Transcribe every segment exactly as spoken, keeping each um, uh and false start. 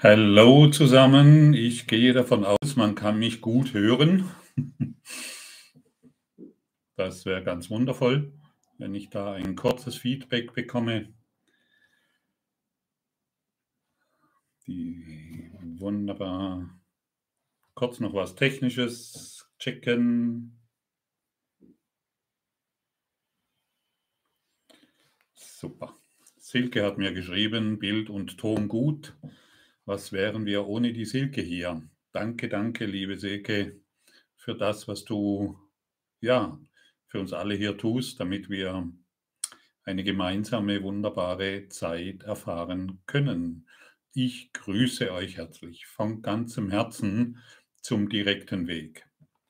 Hallo zusammen, ich gehe davon aus, man kann mich gut hören. Das wäre ganz wundervoll, wenn ich da ein kurzes Feedback bekomme. Die wunderbar. Kurz noch was Technisches checken. Super. Silke hat mir geschrieben, Bild und Ton gut. Was wären wir ohne die Silke hier? Danke, danke, liebe Silke, für das, was du ja für uns alle hier tust, damit wir eine gemeinsame, wunderbare Zeit erfahren können. Ich grüße euch herzlich von ganzem Herzen zum direkten Weg.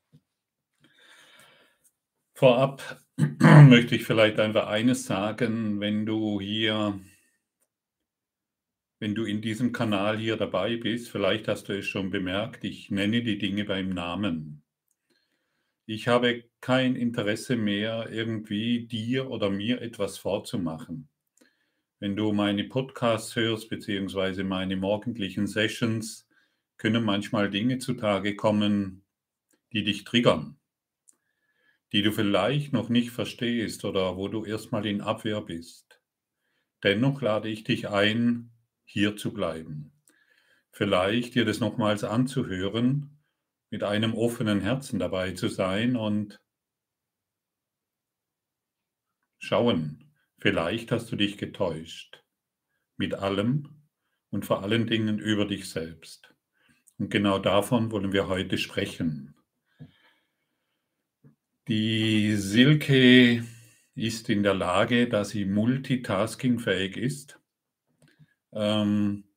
Vorab möchte ich vielleicht einfach eines sagen, wenn du hier, wenn du in diesem Kanal hier dabei bist, vielleicht hast du es schon bemerkt, ich nenne die Dinge beim Namen. Ich habe kein Interesse mehr, irgendwie dir oder mir etwas vorzumachen. Wenn du meine Podcasts hörst, beziehungsweise meine morgendlichen Sessions, können manchmal Dinge zutage kommen, die dich triggern, die du vielleicht noch nicht verstehst oder wo du erstmal in Abwehr bist. Dennoch lade ich dich ein, hier zu bleiben. Vielleicht dir das nochmals anzuhören, mit einem offenen Herzen dabei zu sein und schauen, vielleicht hast du dich getäuscht. Mit allem und vor allen Dingen über dich selbst. Und genau davon wollen wir heute sprechen. Die Silke ist in der Lage, dass sie multitaskingfähig ist, ähm,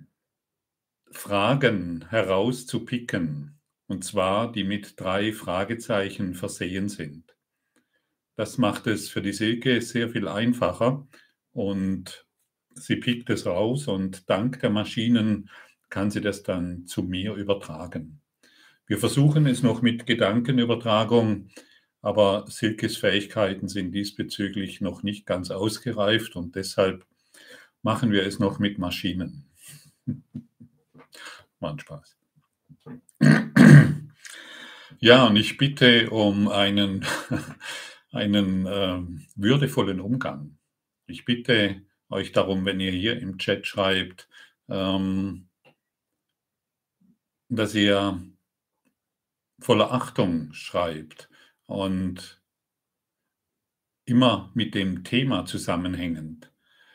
Fragen herauszupicken, und zwar die mit drei Fragezeichen versehen sind. Das macht es für die Silke sehr viel einfacher und sie pickt es raus und dank der Maschinen kann sie das dann zu mir übertragen. Wir versuchen es noch mit Gedankenübertragung, aber Silkes Fähigkeiten sind diesbezüglich noch nicht ganz ausgereift und deshalb machen wir es noch mit Maschinen. Macht Spaß. Ja, und ich bitte um einen, einen äh, würdevollen Umgang. Ich bitte euch darum, wenn ihr hier im Chat schreibt, ähm, dass ihr voller Achtung schreibt und immer mit dem Thema zusammenhängend.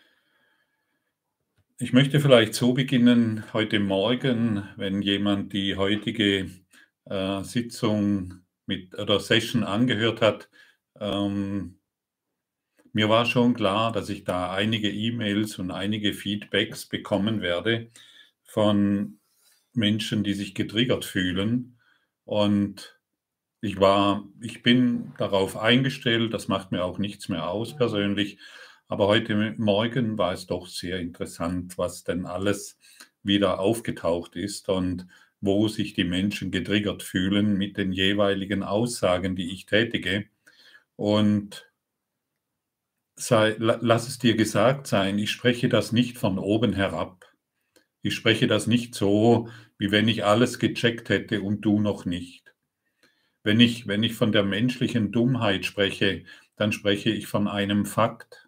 Ich möchte vielleicht so beginnen, heute Morgen, wenn jemand die heutige äh, Sitzung mit oder Session angehört hat, ähm, mir war schon klar, dass ich da einige E-Mails und einige Feedbacks bekommen werde von Menschen, die sich getriggert fühlen. Und ich war, ich bin darauf eingestellt, das macht mir auch nichts mehr aus persönlich. Aber heute Morgen war es doch sehr interessant, was denn alles wieder aufgetaucht ist und wo sich die Menschen getriggert fühlen mit den jeweiligen Aussagen, die ich tätige. Und sei, la- lass es dir gesagt sein, ich spreche das nicht von oben herab. Ich spreche das nicht so, wie wenn ich alles gecheckt hätte und du noch nicht. Wenn ich, wenn ich von der menschlichen Dummheit spreche, dann spreche ich von einem Fakt.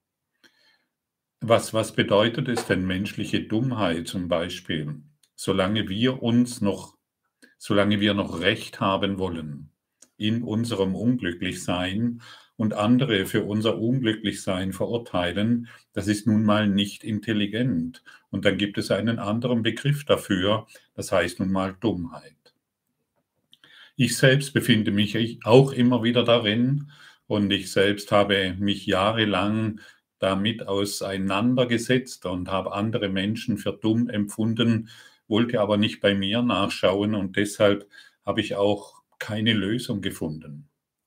Was, was bedeutet es denn menschliche Dummheit zum Beispiel? Solange wir uns noch, solange wir noch Recht haben wollen in unserem Unglücklichsein und andere für unser Unglücklichsein verurteilen, das ist nun mal nicht intelligent. Und dann gibt es einen anderen Begriff dafür, das heißt nun mal Dummheit. Ich selbst befinde mich auch immer wieder darin und ich selbst habe mich jahrelang damit auseinandergesetzt und habe andere Menschen für dumm empfunden, wollte aber nicht bei mir nachschauen und deshalb habe ich auch keine Lösung gefunden.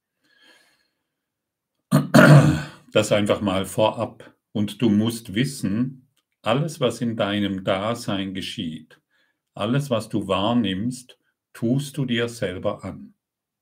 Das einfach mal vorab. Und du musst wissen, alles, was in deinem Dasein geschieht, alles, was du wahrnimmst, tust du dir selber an.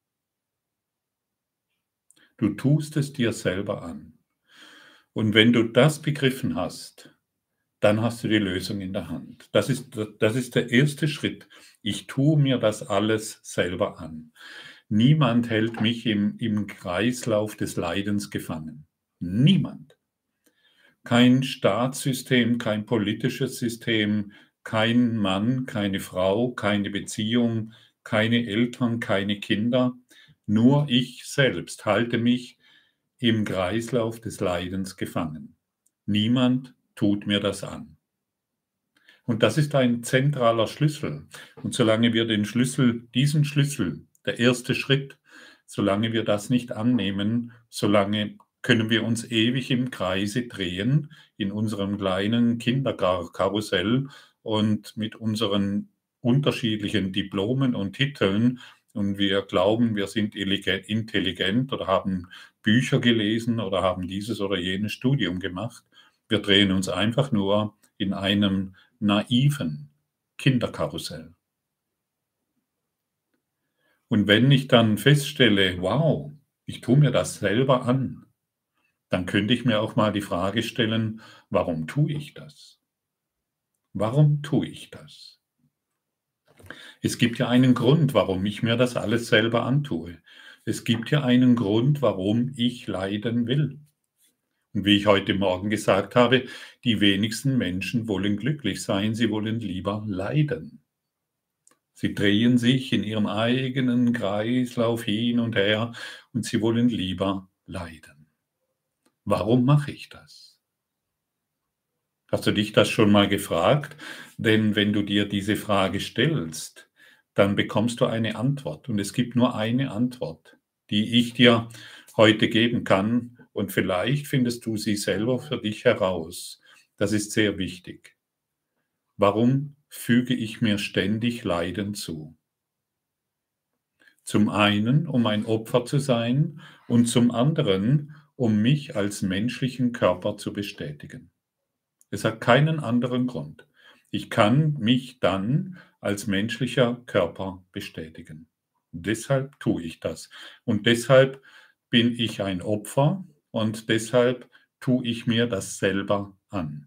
Du tust es dir selber an. Und wenn du das begriffen hast, dann hast du die Lösung in der Hand. Das ist, das ist der erste Schritt. Ich tue mir das alles selber an. Niemand hält mich im, im Kreislauf des Leidens gefangen. Niemand. Kein Staatssystem, kein politisches System, kein Mann, keine Frau, keine Beziehung, keine Eltern, keine Kinder. Nur ich selbst halte mich im Kreislauf des Leidens gefangen. Niemand tut mir das an. Und das ist ein zentraler Schlüssel. Und solange wir den Schlüssel, diesen Schlüssel, der erste Schritt, solange wir das nicht annehmen, solange können wir uns ewig im Kreise drehen, in unserem kleinen Kinderkarussell und mit unseren unterschiedlichen Diplomen und Titeln. Und wir glauben, wir sind intelligent oder haben Bücher gelesen oder haben dieses oder jenes Studium gemacht. Wir drehen uns einfach nur in einem naiven Kinderkarussell. Und wenn ich dann feststelle, wow, ich tue mir das selber an, dann könnte ich mir auch mal die Frage stellen, warum tue ich das? Warum tue ich das? Es gibt ja einen Grund, warum ich mir das alles selber antue. Es gibt ja einen Grund, warum ich leiden will. Und wie ich heute Morgen gesagt habe, die wenigsten Menschen wollen glücklich sein, sie wollen lieber leiden. Sie drehen sich in ihrem eigenen Kreislauf hin und her und sie wollen lieber leiden. Warum mache ich das? Hast du dich das schon mal gefragt? Denn wenn du dir diese Frage stellst, dann bekommst du eine Antwort. Und es gibt nur eine Antwort, die ich dir heute geben kann. Und vielleicht findest du sie selber für dich heraus. Das ist sehr wichtig. Warum füge ich mir ständig Leiden zu? Zum einen, um ein Opfer zu sein und zum anderen, um mich als menschlichen Körper zu bestätigen. Es hat keinen anderen Grund. Ich kann mich dann als menschlicher Körper bestätigen. Deshalb tue ich das. Und deshalb bin ich ein Opfer und deshalb tue ich mir das selber an.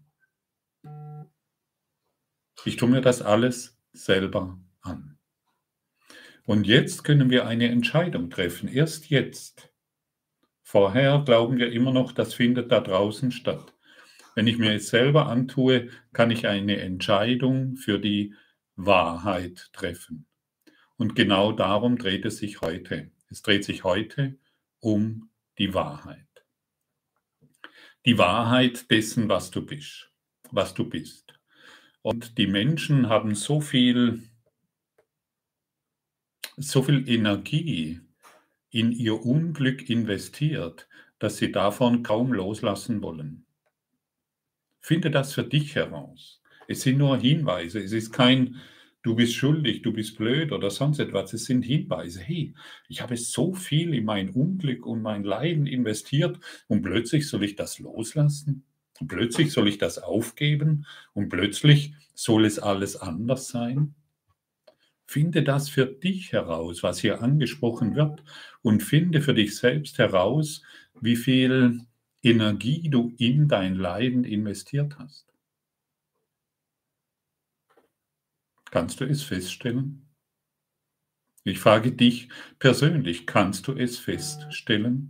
Ich tue mir das alles selber an. Und jetzt können wir eine Entscheidung treffen. Erst jetzt. Vorher glauben wir immer noch, das findet da draußen statt. Wenn ich mir es selber antue, kann ich eine Entscheidung für die Wahrheit treffen. Und genau darum dreht es sich heute. Es dreht sich heute um die Wahrheit. Die Wahrheit dessen, was du bist, was du bist. Und die Menschen haben so viel, so viel Energie in ihr Unglück investiert, dass sie davon kaum loslassen wollen. Finde das für dich heraus. Es sind nur Hinweise. Es ist kein, du bist schuldig, du bist blöd oder sonst etwas. Es sind Hinweise. Hey, ich habe so viel in mein Unglück und mein Leiden investiert und plötzlich soll ich das loslassen? Und plötzlich soll ich das aufgeben? Und plötzlich soll es alles anders sein? Finde das für dich heraus, was hier angesprochen wird, und finde für dich selbst heraus, wie viel Energie du in dein Leiden investiert hast. Kannst du es feststellen? Ich frage dich persönlich, kannst du es feststellen?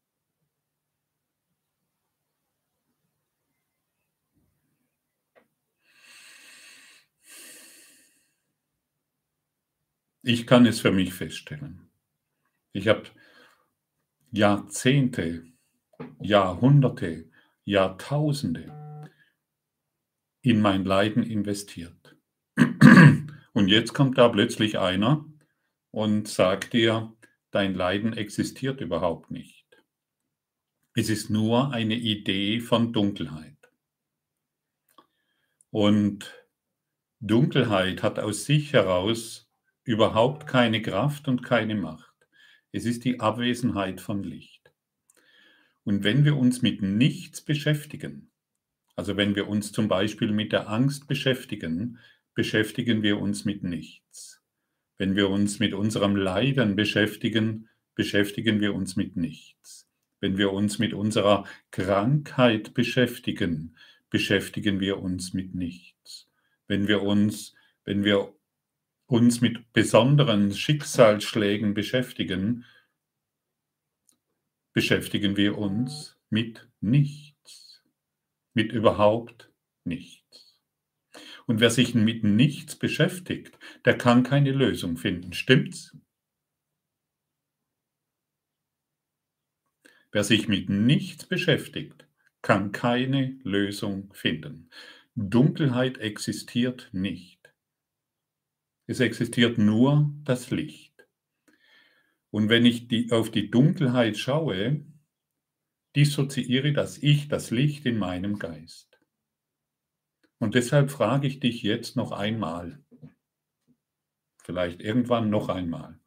Ich kann es für mich feststellen. Ich habe Jahrzehnte, Jahrhunderte, Jahrtausende in mein Leiden investiert. Und jetzt kommt da plötzlich einer und sagt dir, dein Leiden existiert überhaupt nicht. Es ist nur eine Idee von Dunkelheit. Und Dunkelheit hat aus sich heraus überhaupt keine Kraft und keine Macht. Es ist die Abwesenheit von Licht. Und wenn wir uns mit nichts beschäftigen, also wenn wir uns zum Beispiel mit der Angst beschäftigen, beschäftigen wir uns mit nichts. Wenn wir uns mit unserem Leiden beschäftigen, beschäftigen wir uns mit nichts. Wenn wir uns mit unserer Krankheit beschäftigen, beschäftigen wir uns mit nichts. Wenn wir uns, wenn wir uns mit besonderen Schicksalsschlägen beschäftigen, beschäftigen wir uns mit nichts, mit überhaupt nichts. Und wer sich mit nichts beschäftigt, der kann keine Lösung finden. Stimmt's? Wer sich mit nichts beschäftigt, kann keine Lösung finden. Dunkelheit existiert nicht. Es existiert nur das Licht. Und wenn ich die, auf die Dunkelheit schaue, dissoziiere das Ich, das Licht in meinem Geist. Und deshalb frage ich dich jetzt noch einmal, vielleicht irgendwann noch einmal,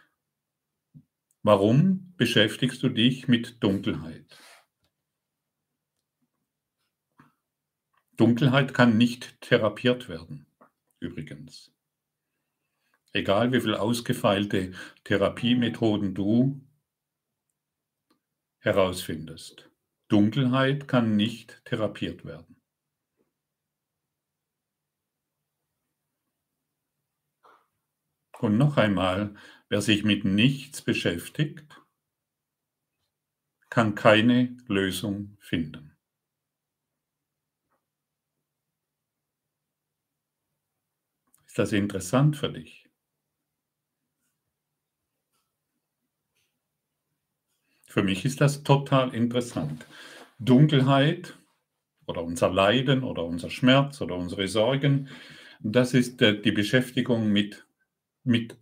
warum beschäftigst du dich mit Dunkelheit? Dunkelheit kann nicht therapiert werden, übrigens. Egal wie viele ausgefeilte Therapiemethoden du herausfindest. Dunkelheit kann nicht therapiert werden. Und noch einmal, wer sich mit nichts beschäftigt, kann keine Lösung finden. Ist das interessant für dich? Für mich ist das total interessant. Dunkelheit oder unser Leiden oder unser Schmerz oder unsere Sorgen, das ist die Beschäftigung mit, mit,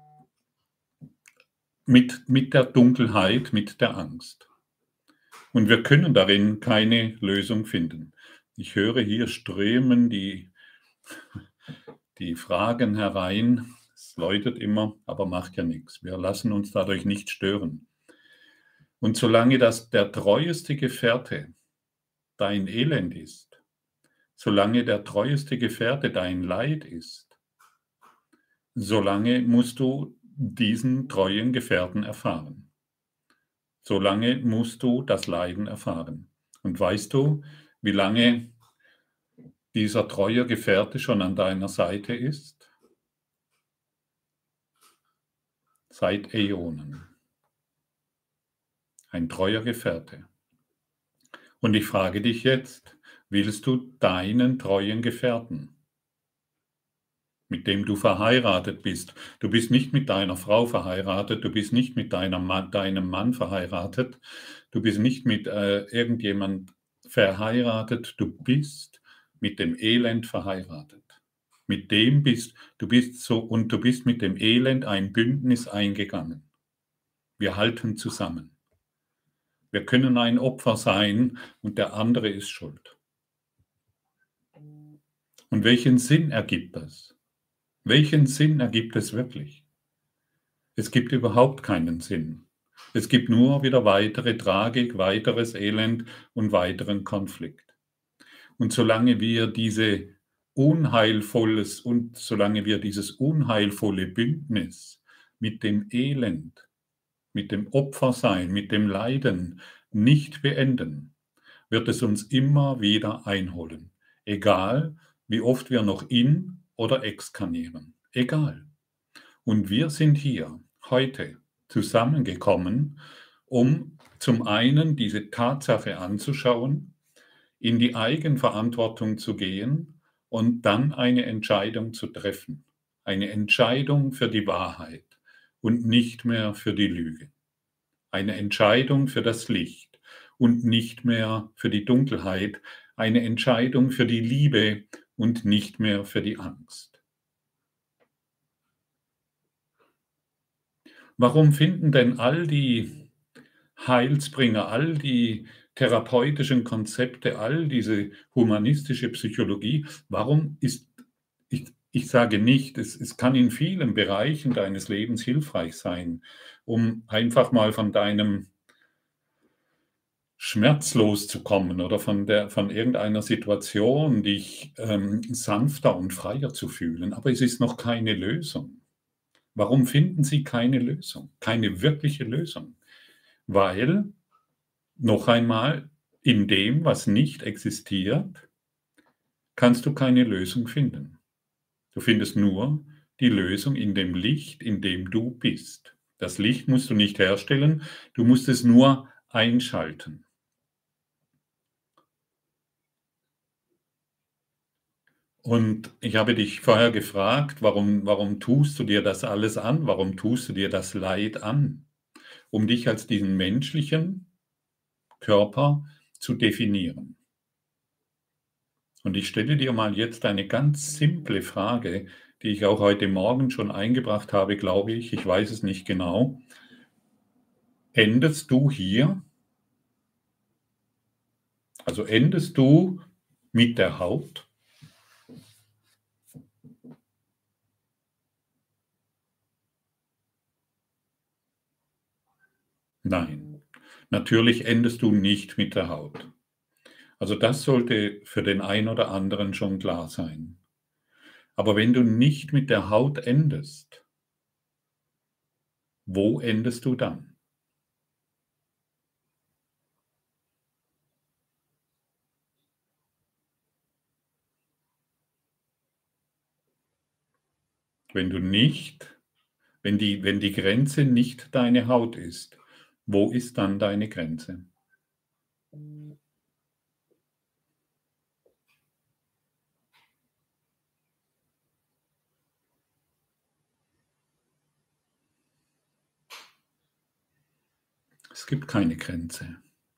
mit, mit der Dunkelheit, mit der Angst. Und wir können darin keine Lösung finden. Ich höre hier strömen die, die Fragen herein. Es läutet immer, aber macht ja nichts. Wir lassen uns dadurch nicht stören. Und solange das der treueste Gefährte dein Elend ist, solange der treueste Gefährte dein Leid ist, solange musst du diesen treuen Gefährten erfahren. Solange musst du das Leiden erfahren. Und weißt du, wie lange dieser treue Gefährte schon an deiner Seite ist? Seit Äonen. Ein treuer Gefährte. Und ich frage dich jetzt, willst du deinen treuen Gefährten, mit dem du verheiratet bist? Du bist nicht mit deiner Frau verheiratet, du bist nicht mit deiner Mann, deinem Mann verheiratet, du bist nicht mit äh, irgendjemand verheiratet, du bist mit dem Elend verheiratet. Mit dem bist du bist so und du bist mit dem Elend ein Bündnis eingegangen. Wir halten zusammen. Wir können ein Opfer sein und der andere ist schuld. Und welchen Sinn ergibt das? Welchen Sinn ergibt es wirklich? Es gibt überhaupt keinen Sinn. Es gibt nur wieder weitere Tragik, weiteres Elend und weiteren Konflikt. Und solange wir diese unheilvolles und solange wir dieses unheilvolle Bündnis mit dem Elend, mit dem Opfersein, mit dem Leiden nicht beenden, wird es uns immer wieder einholen. Egal, wie oft wir noch in- oder exkarnieren. Egal. Und wir sind hier heute zusammengekommen, um zum einen diese Tatsache anzuschauen, in die Eigenverantwortung zu gehen und dann eine Entscheidung zu treffen. Eine Entscheidung für die Wahrheit und nicht mehr für die Lüge. Eine Entscheidung für das Licht und nicht mehr für die Dunkelheit. Eine Entscheidung für die Liebe und nicht mehr für die Angst. Warum finden denn all die Heilsbringer, all die therapeutischen Konzepte, all diese humanistische Psychologie, warum ist, ich, ich sage nicht, es, es kann in vielen Bereichen deines Lebens hilfreich sein, um einfach mal von deinem Schmerz loszukommen oder von, der, von irgendeiner Situation, dich ähm, sanfter und freier zu fühlen. Aber es ist noch keine Lösung. Warum finden Sie keine Lösung, keine wirkliche Lösung? Weil, noch einmal, in dem, was nicht existiert, kannst du keine Lösung finden. Du findest nur die Lösung in dem Licht, in dem du bist. Das Licht musst du nicht herstellen, du musst es nur einschalten. Und ich habe dich vorher gefragt, warum, warum tust du dir das alles an? Warum tust du dir das Leid an? Um dich als diesen menschlichen Körper zu definieren. Und ich stelle dir mal jetzt eine ganz simple Frage, die ich auch heute Morgen schon eingebracht habe, glaube ich. Ich weiß es nicht genau. Endest du hier? Also endest du mit der Haut? Nein, natürlich endest du nicht mit der Haut. Also das sollte für den einen oder anderen schon klar sein. Aber wenn du nicht mit der Haut endest, wo endest du dann? Wenn du nicht, wenn die, wenn die Grenze nicht deine Haut ist, wo ist dann deine Grenze? Es gibt keine Grenze.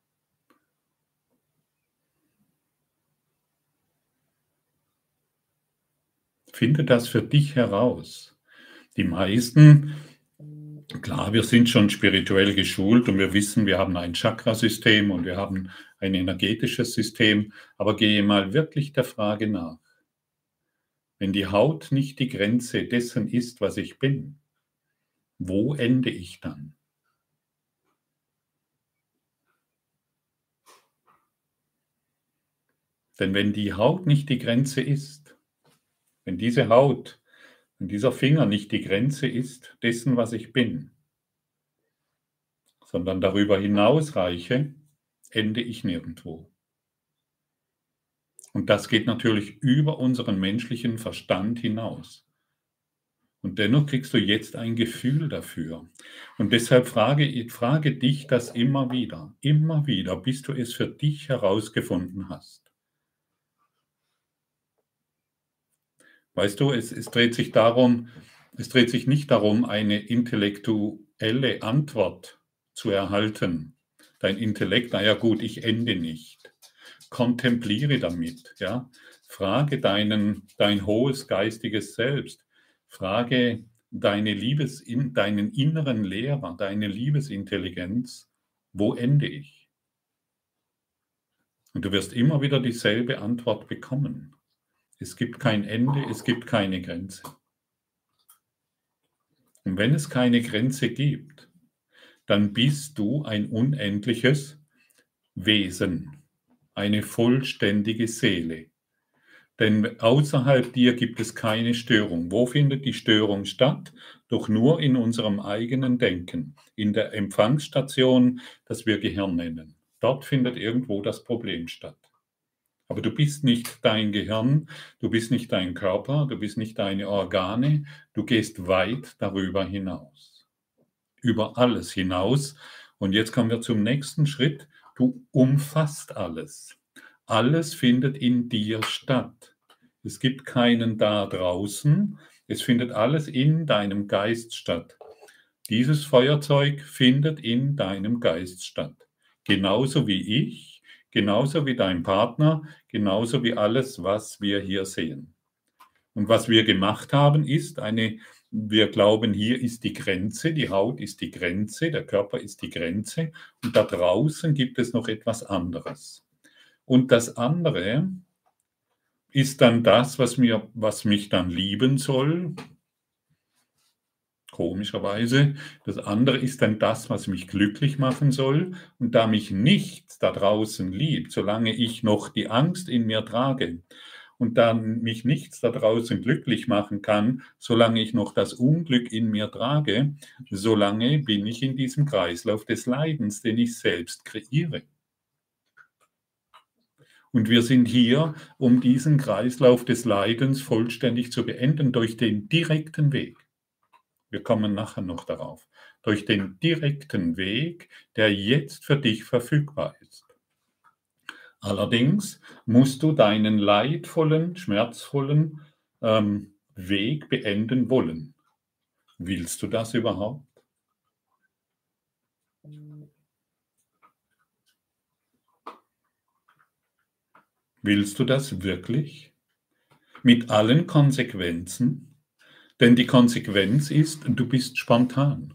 Finde das für dich heraus. Die meisten, klar, wir sind schon spirituell geschult und wir wissen, wir haben ein Chakrasystem und wir haben ein energetisches System, aber gehe mal wirklich der Frage nach. Wenn die Haut nicht die Grenze dessen ist, was ich bin, wo ende ich dann? Denn wenn die Haut nicht die Grenze ist, wenn diese Haut, wenn dieser Finger nicht die Grenze ist dessen, was ich bin, sondern darüber hinaus reiche, ende ich nirgendwo. Und das geht natürlich über unseren menschlichen Verstand hinaus. Und dennoch kriegst du jetzt ein Gefühl dafür. Und deshalb frage, frage dich das immer wieder, immer wieder, bis du es für dich herausgefunden hast. Weißt du, es, es dreht sich darum, es dreht sich nicht darum, eine intellektuelle Antwort zu erhalten. Dein Intellekt, naja gut, ich ende nicht. Kontempliere damit, ja. Frage deinen, dein hohes geistiges Selbst. Frage deine Liebes, in, deinen inneren Lehrer, deine Liebesintelligenz, wo ende ich? Und du wirst immer wieder dieselbe Antwort bekommen. Es gibt kein Ende, es gibt keine Grenze. Und wenn es keine Grenze gibt, dann bist du ein unendliches Wesen, eine vollständige Seele. Denn außerhalb dir gibt es keine Störung. Wo findet die Störung statt? Doch nur in unserem eigenen Denken, in der Empfangsstation, das wir Gehirn nennen. Dort findet irgendwo das Problem statt. Aber du bist nicht dein Gehirn, du bist nicht dein Körper, du bist nicht deine Organe, du gehst weit darüber hinaus. Über alles hinaus. Und jetzt kommen wir zum nächsten Schritt. Du umfasst alles. Alles findet in dir statt. Es gibt keinen da draußen. Es findet alles in deinem Geist statt. Dieses Feuerzeug findet in deinem Geist statt. Genauso wie ich, genauso wie dein Partner, genauso wie alles, was wir hier sehen. Und was wir gemacht haben, ist eine, wir glauben, hier ist die Grenze, die Haut ist die Grenze, der Körper ist die Grenze und da draußen gibt es noch etwas anderes. Und das andere ist dann das, was, mir, was mich dann lieben soll, komischerweise. Das andere ist dann das, was mich glücklich machen soll. Und da mich nichts da draußen liebt, solange ich noch die Angst in mir trage und dann mich nichts da draußen glücklich machen kann, solange ich noch das Unglück in mir trage, solange bin ich in diesem Kreislauf des Leidens, den ich selbst kreiere. Und wir sind hier, um diesen Kreislauf des Leidens vollständig zu beenden durch den direkten Weg. Wir kommen nachher noch darauf. Durch den direkten Weg, der jetzt für dich verfügbar ist. Allerdings musst du deinen leidvollen, schmerzvollen ähm, Weg beenden wollen. Willst du das überhaupt? Willst du das wirklich? Mit allen Konsequenzen? Denn die Konsequenz ist, du bist spontan.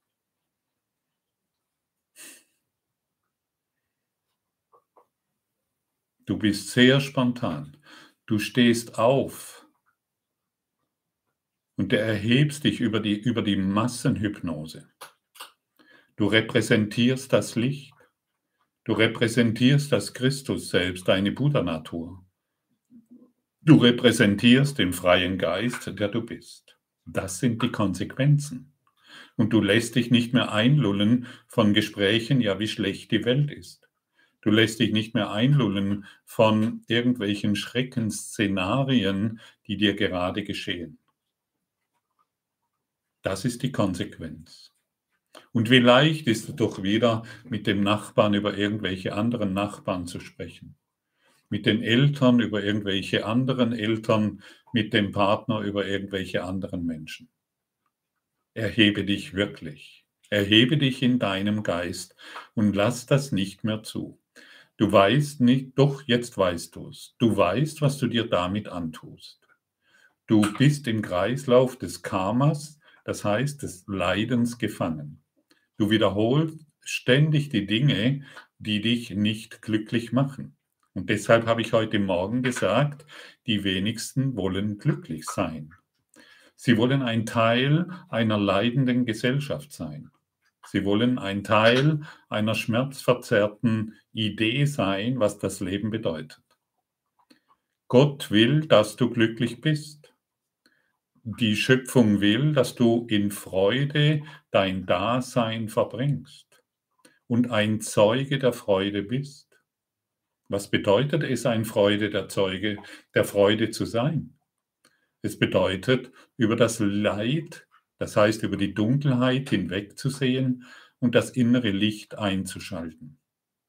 Du bist sehr spontan. Du stehst auf und du erhebst dich über die, über die Massenhypnose. Du repräsentierst das Licht. Du repräsentierst das Christus selbst, deine Buddha-Natur. Du repräsentierst den freien Geist, der du bist. Das sind die Konsequenzen. Und du lässt dich nicht mehr einlullen von Gesprächen, ja, wie schlecht die Welt ist. Du lässt dich nicht mehr einlullen von irgendwelchen Schreckensszenarien, die dir gerade geschehen. Das ist die Konsequenz. Und wie leicht ist es doch wieder, mit dem Nachbarn über irgendwelche anderen Nachbarn zu sprechen. Mit den Eltern über irgendwelche anderen Eltern, mit dem Partner über irgendwelche anderen Menschen. Erhebe dich wirklich. Erhebe dich in deinem Geist und lass das nicht mehr zu. Du weißt nicht, doch jetzt weißt du es. Du weißt, was du dir damit antust. Du bist im Kreislauf des Karmas, das heißt des Leidens gefangen. Du wiederholst ständig die Dinge, die dich nicht glücklich machen. Und deshalb habe ich heute Morgen gesagt, die wenigsten wollen glücklich sein. Sie wollen ein Teil einer leidenden Gesellschaft sein. Sie wollen ein Teil einer schmerzverzerrten Idee sein, was das Leben bedeutet. Gott will, dass du glücklich bist. Die Schöpfung will, dass du in Freude dein Dasein verbringst und ein Zeuge der Freude bist. Was bedeutet es, ein Freude der Zeuge der Freude zu sein? Es bedeutet, über das Leid, das heißt über die Dunkelheit hinwegzusehen und das innere Licht einzuschalten.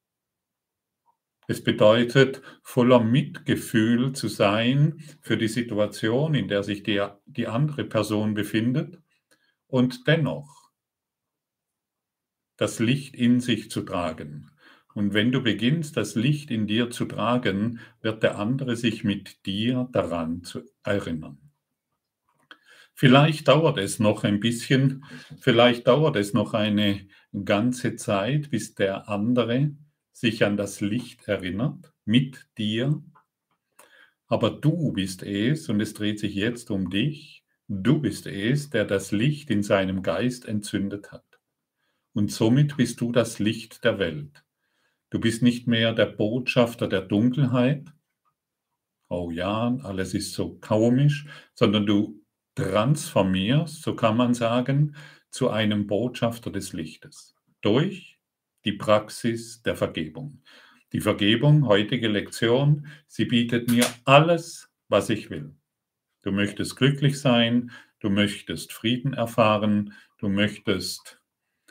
Es bedeutet, voller Mitgefühl zu sein für die Situation, in der sich die, die andere Person befindet und dennoch das Licht in sich zu tragen. Und wenn du beginnst, das Licht in dir zu tragen, wird der andere sich mit dir daran zu erinnern. Vielleicht dauert es noch ein bisschen, vielleicht dauert es noch eine ganze Zeit, bis der andere sich an das Licht erinnert, mit dir. Aber du bist es, und es dreht sich jetzt um dich, du bist es, der das Licht in seinem Geist entzündet hat. Und somit bist du das Licht der Welt. Du bist nicht mehr der Botschafter der Dunkelheit, oh ja, alles ist so komisch, sondern du transformierst, so kann man sagen, zu einem Botschafter des Lichtes durch die Praxis der Vergebung. Die Vergebung, heutige Lektion, sie bietet mir alles, was ich will. Du möchtest glücklich sein, du möchtest Frieden erfahren, du möchtest,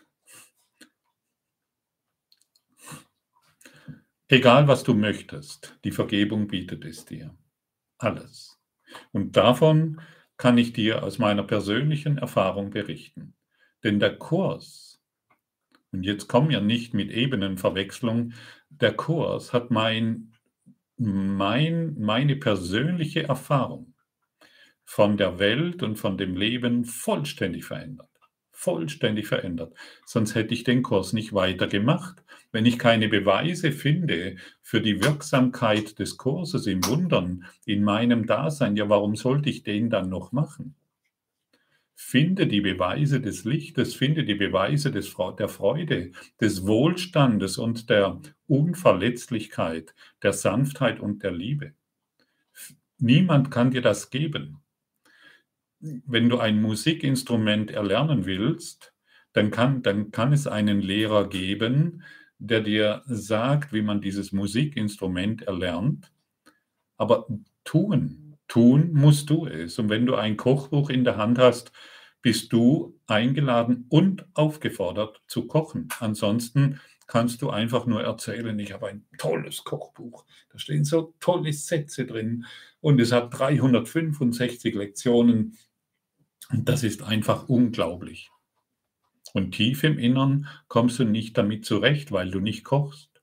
egal was du möchtest, die Vergebung bietet es dir. Alles. Und davon kann ich dir aus meiner persönlichen Erfahrung berichten. Denn der Kurs, und jetzt kommen wir nicht mit Ebenenverwechslung, der Kurs hat mein, mein, meine persönliche Erfahrung von der Welt und von dem Leben vollständig verändert. Vollständig verändert. Sonst hätte ich den Kurs nicht weitergemacht. Wenn ich keine Beweise finde für die Wirksamkeit des Kurses im Wundern, in meinem Dasein, ja, warum sollte ich den dann noch machen? Finde die Beweise des Lichtes, finde die Beweise des, der Freude, des Wohlstandes und der Unverletzlichkeit, der Sanftheit und der Liebe. Niemand kann dir das geben. Wenn du ein Musikinstrument erlernen willst, dann kann, dann kann es einen Lehrer geben, der dir sagt, wie man dieses Musikinstrument erlernt, aber tun, tun musst du es. Und wenn du ein Kochbuch in der Hand hast, bist du eingeladen und aufgefordert zu kochen. Ansonsten kannst du einfach nur erzählen, ich habe ein tolles Kochbuch, da stehen so tolle Sätze drin und es hat dreihundertfünfundsechzig Lektionen und das ist einfach unglaublich. Und tief im Innern kommst du nicht damit zurecht, weil du nicht kochst.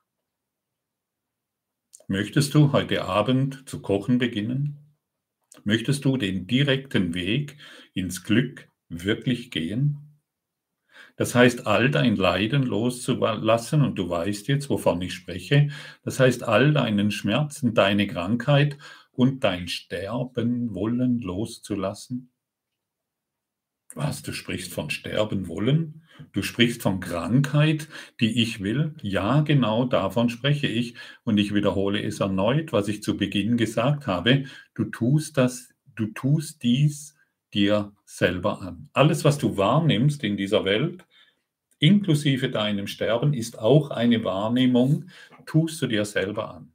Möchtest du heute Abend zu kochen beginnen? Möchtest du den direkten Weg ins Glück wirklich gehen? Das heißt, all dein Leiden loszulassen, und du weißt jetzt, wovon ich spreche, das heißt, all deinen Schmerzen, deine Krankheit und dein Sterben wollen loszulassen. Was, du sprichst von Sterben wollen? Du sprichst von Krankheit, die ich will? Ja, genau davon spreche ich. Und ich wiederhole es erneut, was ich zu Beginn gesagt habe. Du tust das, du tust dies dir selber an. Alles, was du wahrnimmst in dieser Welt, inklusive deinem Sterben, ist auch eine Wahrnehmung, tust du dir selber an.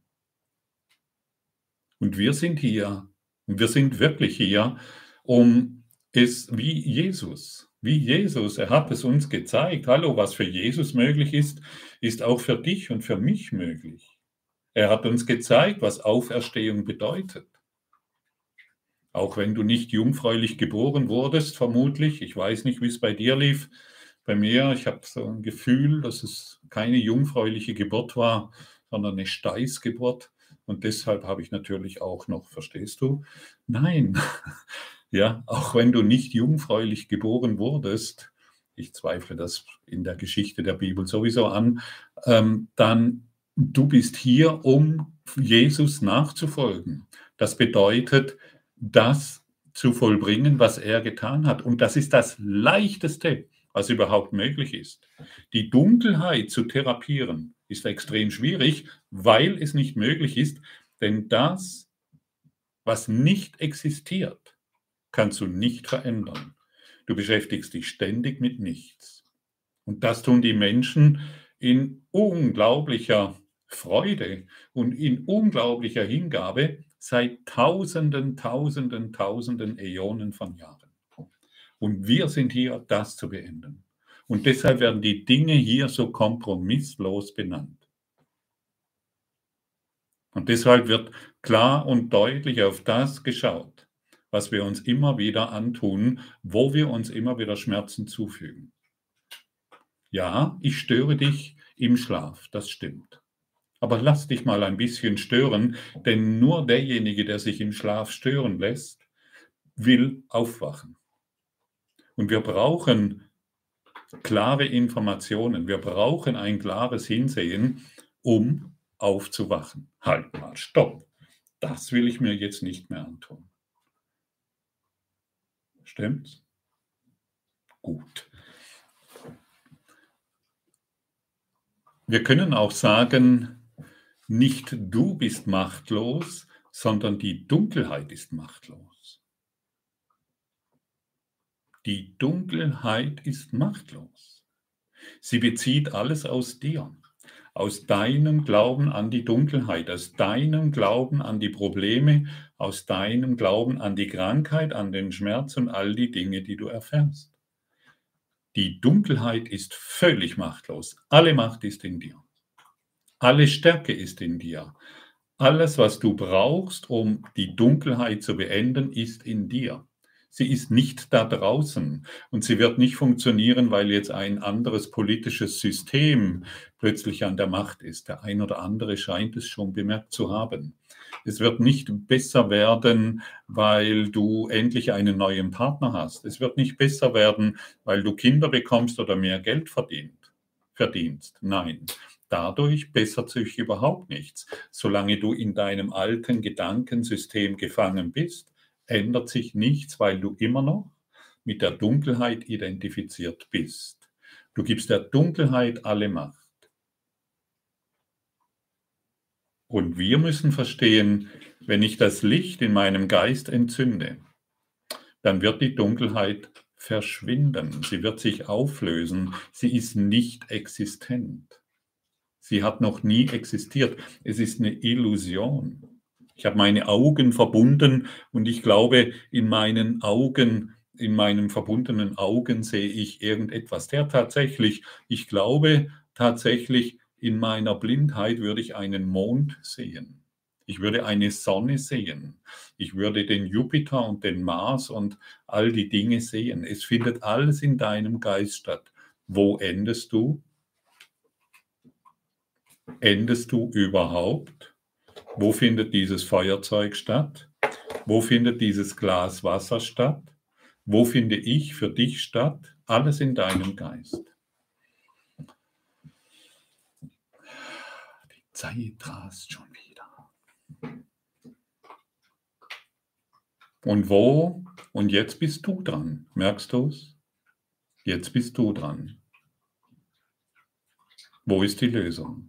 Und wir sind hier, und wir sind wirklich hier, um ist wie Jesus, wie Jesus. Er hat es uns gezeigt. Hallo, was für Jesus möglich ist, ist auch für dich und für mich möglich. Er hat uns gezeigt, was Auferstehung bedeutet. Auch wenn du nicht jungfräulich geboren wurdest, vermutlich. Ich weiß nicht, wie es bei dir lief. Bei mir, ich habe so ein Gefühl, dass es keine jungfräuliche Geburt war, sondern eine Steißgeburt. Und deshalb habe ich natürlich auch noch, verstehst du? Nein. Ja, auch wenn du nicht jungfräulich geboren wurdest, ich zweifle das in der Geschichte der Bibel sowieso an, ähm, dann du bist hier, um Jesus nachzufolgen. Das bedeutet, das zu vollbringen, was er getan hat. Und das ist das Leichteste, was überhaupt möglich ist. Die Dunkelheit zu therapieren ist extrem schwierig, weil es nicht möglich ist, denn das, was nicht existiert, kannst du nicht verändern. Du beschäftigst dich ständig mit nichts. Und das tun die Menschen in unglaublicher Freude und in unglaublicher Hingabe seit Tausenden, Tausenden, Tausenden Äonen von Jahren. Und wir sind hier, das zu beenden. Und deshalb werden die Dinge hier so kompromisslos benannt. Und deshalb wird klar und deutlich auf das geschaut, was wir uns immer wieder antun, wo wir uns immer wieder Schmerzen zufügen. Ja, ich störe dich im Schlaf, das stimmt. Aber lass dich mal ein bisschen stören, denn nur derjenige, der sich im Schlaf stören lässt, will aufwachen. Und wir brauchen klare Informationen, wir brauchen ein klares Hinsehen, um aufzuwachen. Halt mal, stopp. Das will ich mir jetzt nicht mehr antun. Stimmt's? Gut. Wir können auch sagen, nicht du bist machtlos, sondern die Dunkelheit ist machtlos. Die Dunkelheit ist machtlos. Sie bezieht alles aus dir, aus deinem Glauben an die Dunkelheit, aus deinem Glauben an die Probleme, aus deinem Glauben an die Krankheit, an den Schmerz und all die Dinge, die du erfährst. Die Dunkelheit ist völlig machtlos. Alle Macht ist in dir. Alle Stärke ist in dir. Alles, was du brauchst, um die Dunkelheit zu beenden, ist in dir. Sie ist nicht da draußen und sie wird nicht funktionieren, weil jetzt ein anderes politisches System plötzlich an der Macht ist. Der ein oder andere scheint es schon bemerkt zu haben. Es wird nicht besser werden, weil du endlich einen neuen Partner hast. Es wird nicht besser werden, weil du Kinder bekommst oder mehr Geld verdient, verdienst. Nein. Dadurch bessert sich überhaupt nichts. Solange du in deinem alten Gedankensystem gefangen bist, ändert sich nichts, weil du immer noch mit der Dunkelheit identifiziert bist. Du gibst der Dunkelheit alle Macht. Und wir müssen verstehen, wenn ich das Licht in meinem Geist entzünde, dann wird die Dunkelheit verschwinden. Sie wird sich auflösen. Sie ist nicht existent. Sie hat noch nie existiert. Es ist eine Illusion. Ich habe meine Augen verbunden und ich glaube, in meinen Augen, in meinen verbundenen Augen sehe ich irgendetwas. Der tatsächlich, ich glaube tatsächlich, in meiner Blindheit würde ich einen Mond sehen. Ich würde eine Sonne sehen. Ich würde den Jupiter und den Mars und all die Dinge sehen. Es findet alles in deinem Geist statt. Wo endest du? Endest du überhaupt? Wo findet dieses Feuerzeug statt? Wo findet dieses Glas Wasser statt? Wo finde ich für dich statt? Alles in deinem Geist. Die Zeit rast schon wieder. Und wo? Und jetzt bist du dran. Merkst du es? Jetzt bist du dran. Wo ist die Lösung?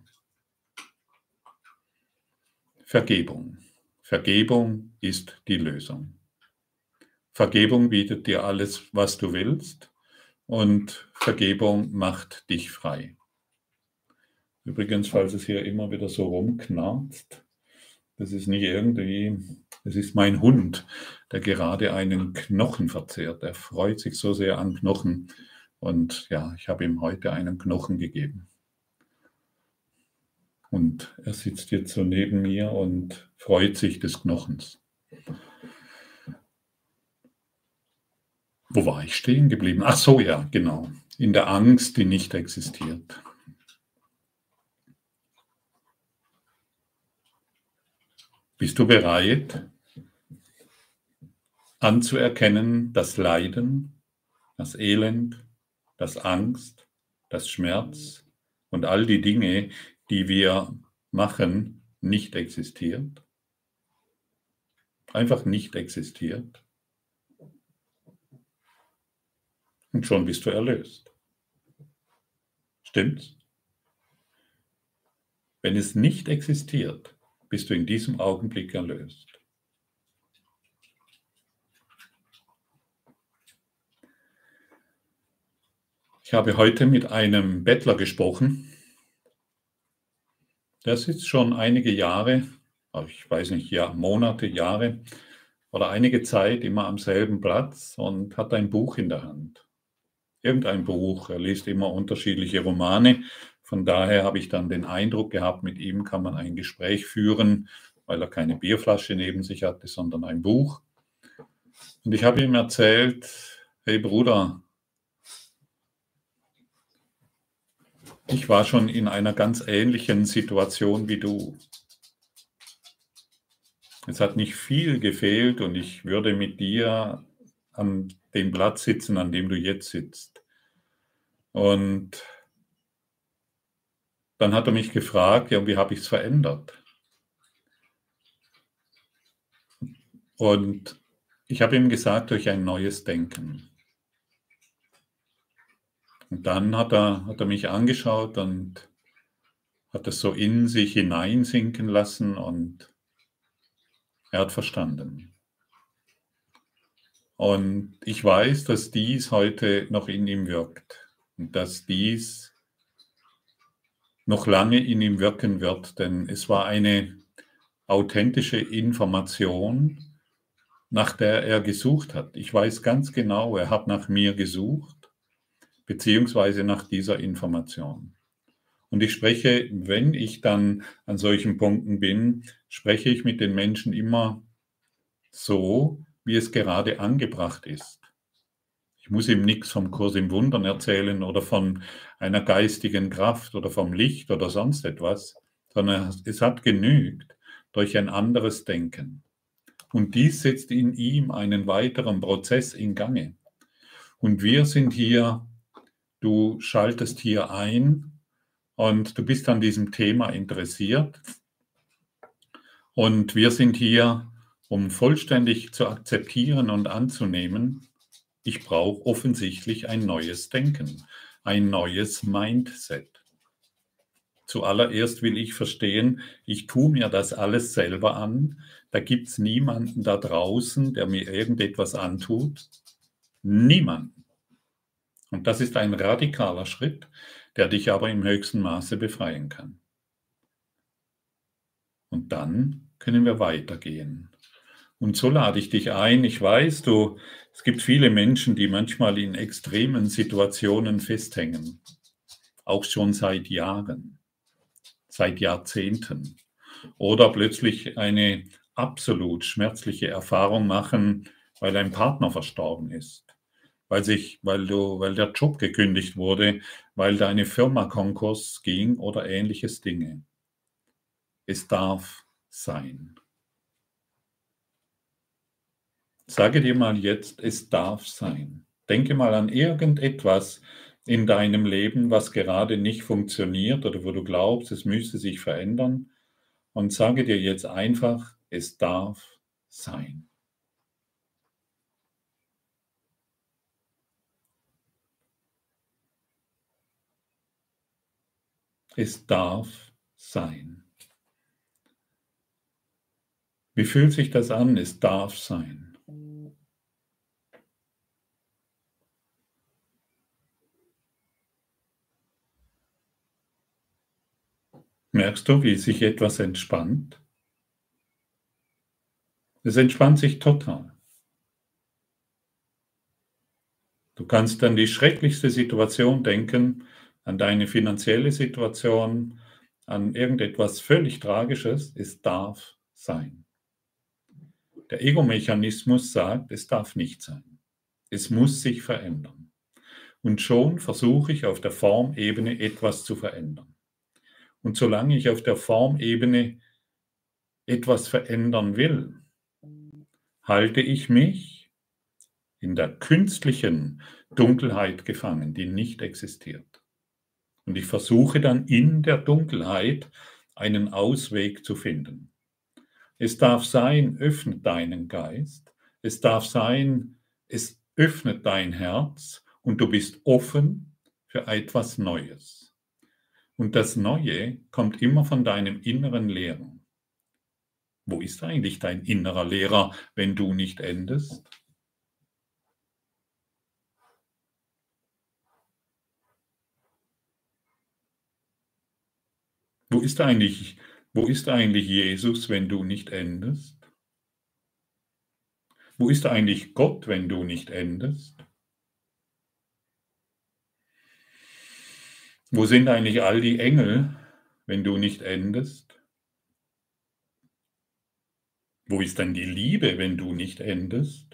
Vergebung. Vergebung ist die Lösung. Vergebung bietet dir alles, was du willst, und Vergebung macht dich frei. Übrigens, falls es hier immer wieder so rumknarzt, das ist nicht irgendwie, das ist mein Hund, der gerade einen Knochen verzehrt. Er freut sich so sehr an Knochen und ja, ich habe ihm heute einen Knochen gegeben. Und er sitzt jetzt so neben mir und freut sich des Knochens. Wo war ich stehen geblieben? Ach so, ja, genau. In der Angst, die nicht existiert. Bist du bereit, anzuerkennen, dass Leiden, das Elend, das Angst, das Schmerz und all die Dinge, die wir machen, nicht existiert? Einfach nicht existiert. Und schon bist du erlöst. Stimmt's? Wenn es nicht existiert, bist du in diesem Augenblick erlöst. Ich habe heute mit einem Bettler gesprochen. Der sitzt schon einige Jahre, ich weiß nicht, ja, Monate, Jahre oder einige Zeit immer am selben Platz und hat ein Buch in der Hand. Irgendein Buch, er liest immer unterschiedliche Romane. Von daher habe ich dann den Eindruck gehabt, mit ihm kann man ein Gespräch führen, weil er keine Bierflasche neben sich hatte, sondern ein Buch. Und ich habe ihm erzählt, hey Bruder, ich war schon in einer ganz ähnlichen Situation wie du. Es hat nicht viel gefehlt und ich würde mit dir an dem Platz sitzen, an dem du jetzt sitzt. Und dann hat er mich gefragt, ja, wie habe ich es verändert? Und ich habe ihm gesagt, durch ein neues Denken. Und dann hat er, hat er mich angeschaut und hat es so in sich hineinsinken lassen und er hat verstanden. Und ich weiß, dass dies heute noch in ihm wirkt und dass dies noch lange in ihm wirken wird, denn es war eine authentische Information, nach der er gesucht hat. Ich weiß ganz genau, er hat nach mir gesucht, beziehungsweise nach dieser Information. Und ich spreche, wenn ich dann an solchen Punkten bin, spreche ich mit den Menschen immer so, wie es gerade angebracht ist. Ich muss ihm nichts vom Kurs im Wundern erzählen oder von einer geistigen Kraft oder vom Licht oder sonst etwas, sondern es hat genügt durch ein anderes Denken. Und dies setzt in ihm einen weiteren Prozess in Gange. Und wir sind hier, du schaltest hier ein und du bist an diesem Thema interessiert. Und wir sind hier, um vollständig zu akzeptieren und anzunehmen, ich brauche offensichtlich ein neues Denken, ein neues Mindset. Zuallererst will ich verstehen, ich tue mir das alles selber an. Da gibt es niemanden da draußen, der mir irgendetwas antut. Niemanden. Und das ist ein radikaler Schritt, der dich aber im höchsten Maße befreien kann. Und dann können wir weitergehen. Und so lade ich dich ein. Ich weiß, du, es gibt viele Menschen, die manchmal in extremen Situationen festhängen, auch schon seit Jahren, seit Jahrzehnten, oder plötzlich eine absolut schmerzliche Erfahrung machen, weil ein Partner verstorben ist, weil sich, weil du, weil der Job gekündigt wurde, weil deine Firma Konkurs ging oder ähnliches Dinge. Es darf sein. Sage dir mal jetzt, es darf sein. Denke mal an irgendetwas in deinem Leben, was gerade nicht funktioniert oder wo du glaubst, es müsste sich verändern. Und sage dir jetzt einfach, es darf sein. Es darf sein. Wie fühlt sich das an? Es darf sein. Merkst du, wie sich etwas entspannt? Es entspannt sich total. Du kannst an die schrecklichste Situation denken, an deine finanzielle Situation, an irgendetwas völlig Tragisches. Es darf sein. Der Ego-Mechanismus sagt, es darf nicht sein. Es muss sich verändern. Und schon versuche ich auf der Formebene etwas zu verändern. Und solange ich auf der Formebene etwas verändern will, halte ich mich in der künstlichen Dunkelheit gefangen, die nicht existiert. Und ich versuche dann in der Dunkelheit einen Ausweg zu finden. Es darf sein, öffnet deinen Geist. Es darf sein, es öffnet dein Herz und du bist offen für etwas Neues. Und das Neue kommt immer von deinem inneren Lehrer. Wo ist eigentlich dein innerer Lehrer, wenn du nicht endest? Wo ist eigentlich, wo ist eigentlich Jesus, wenn du nicht endest? Wo ist eigentlich Gott, wenn du nicht endest? Wo sind eigentlich all die Engel, wenn du nicht endest? Wo ist dann die Liebe, wenn du nicht endest?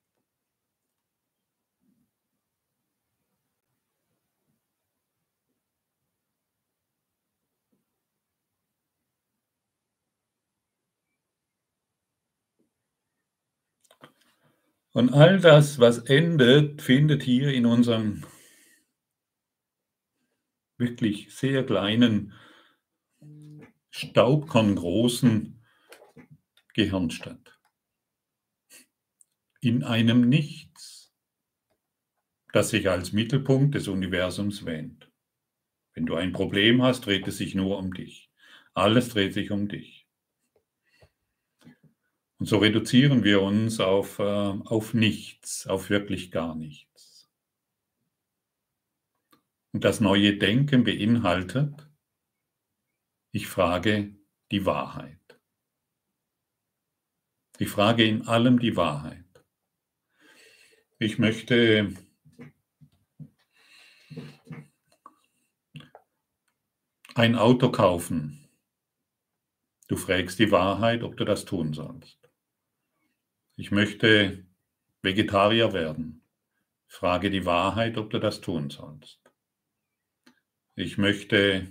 Und all das, was endet, findet hier in unserem wirklich sehr kleinen, staubkorngroßen Gehirn statt. In einem Nichts, das sich als Mittelpunkt des Universums wähnt. Wenn du ein Problem hast, dreht es sich nur um dich. Alles dreht sich um dich. Und so reduzieren wir uns auf, äh, auf nichts, auf wirklich gar nichts. Und das neue Denken beinhaltet, ich frage die Wahrheit. Ich frage in allem die Wahrheit. Ich möchte ein Auto kaufen. Du fragst die Wahrheit, ob du das tun sollst. Ich möchte Vegetarier werden. Frage die Wahrheit, ob du das tun sollst. Ich möchte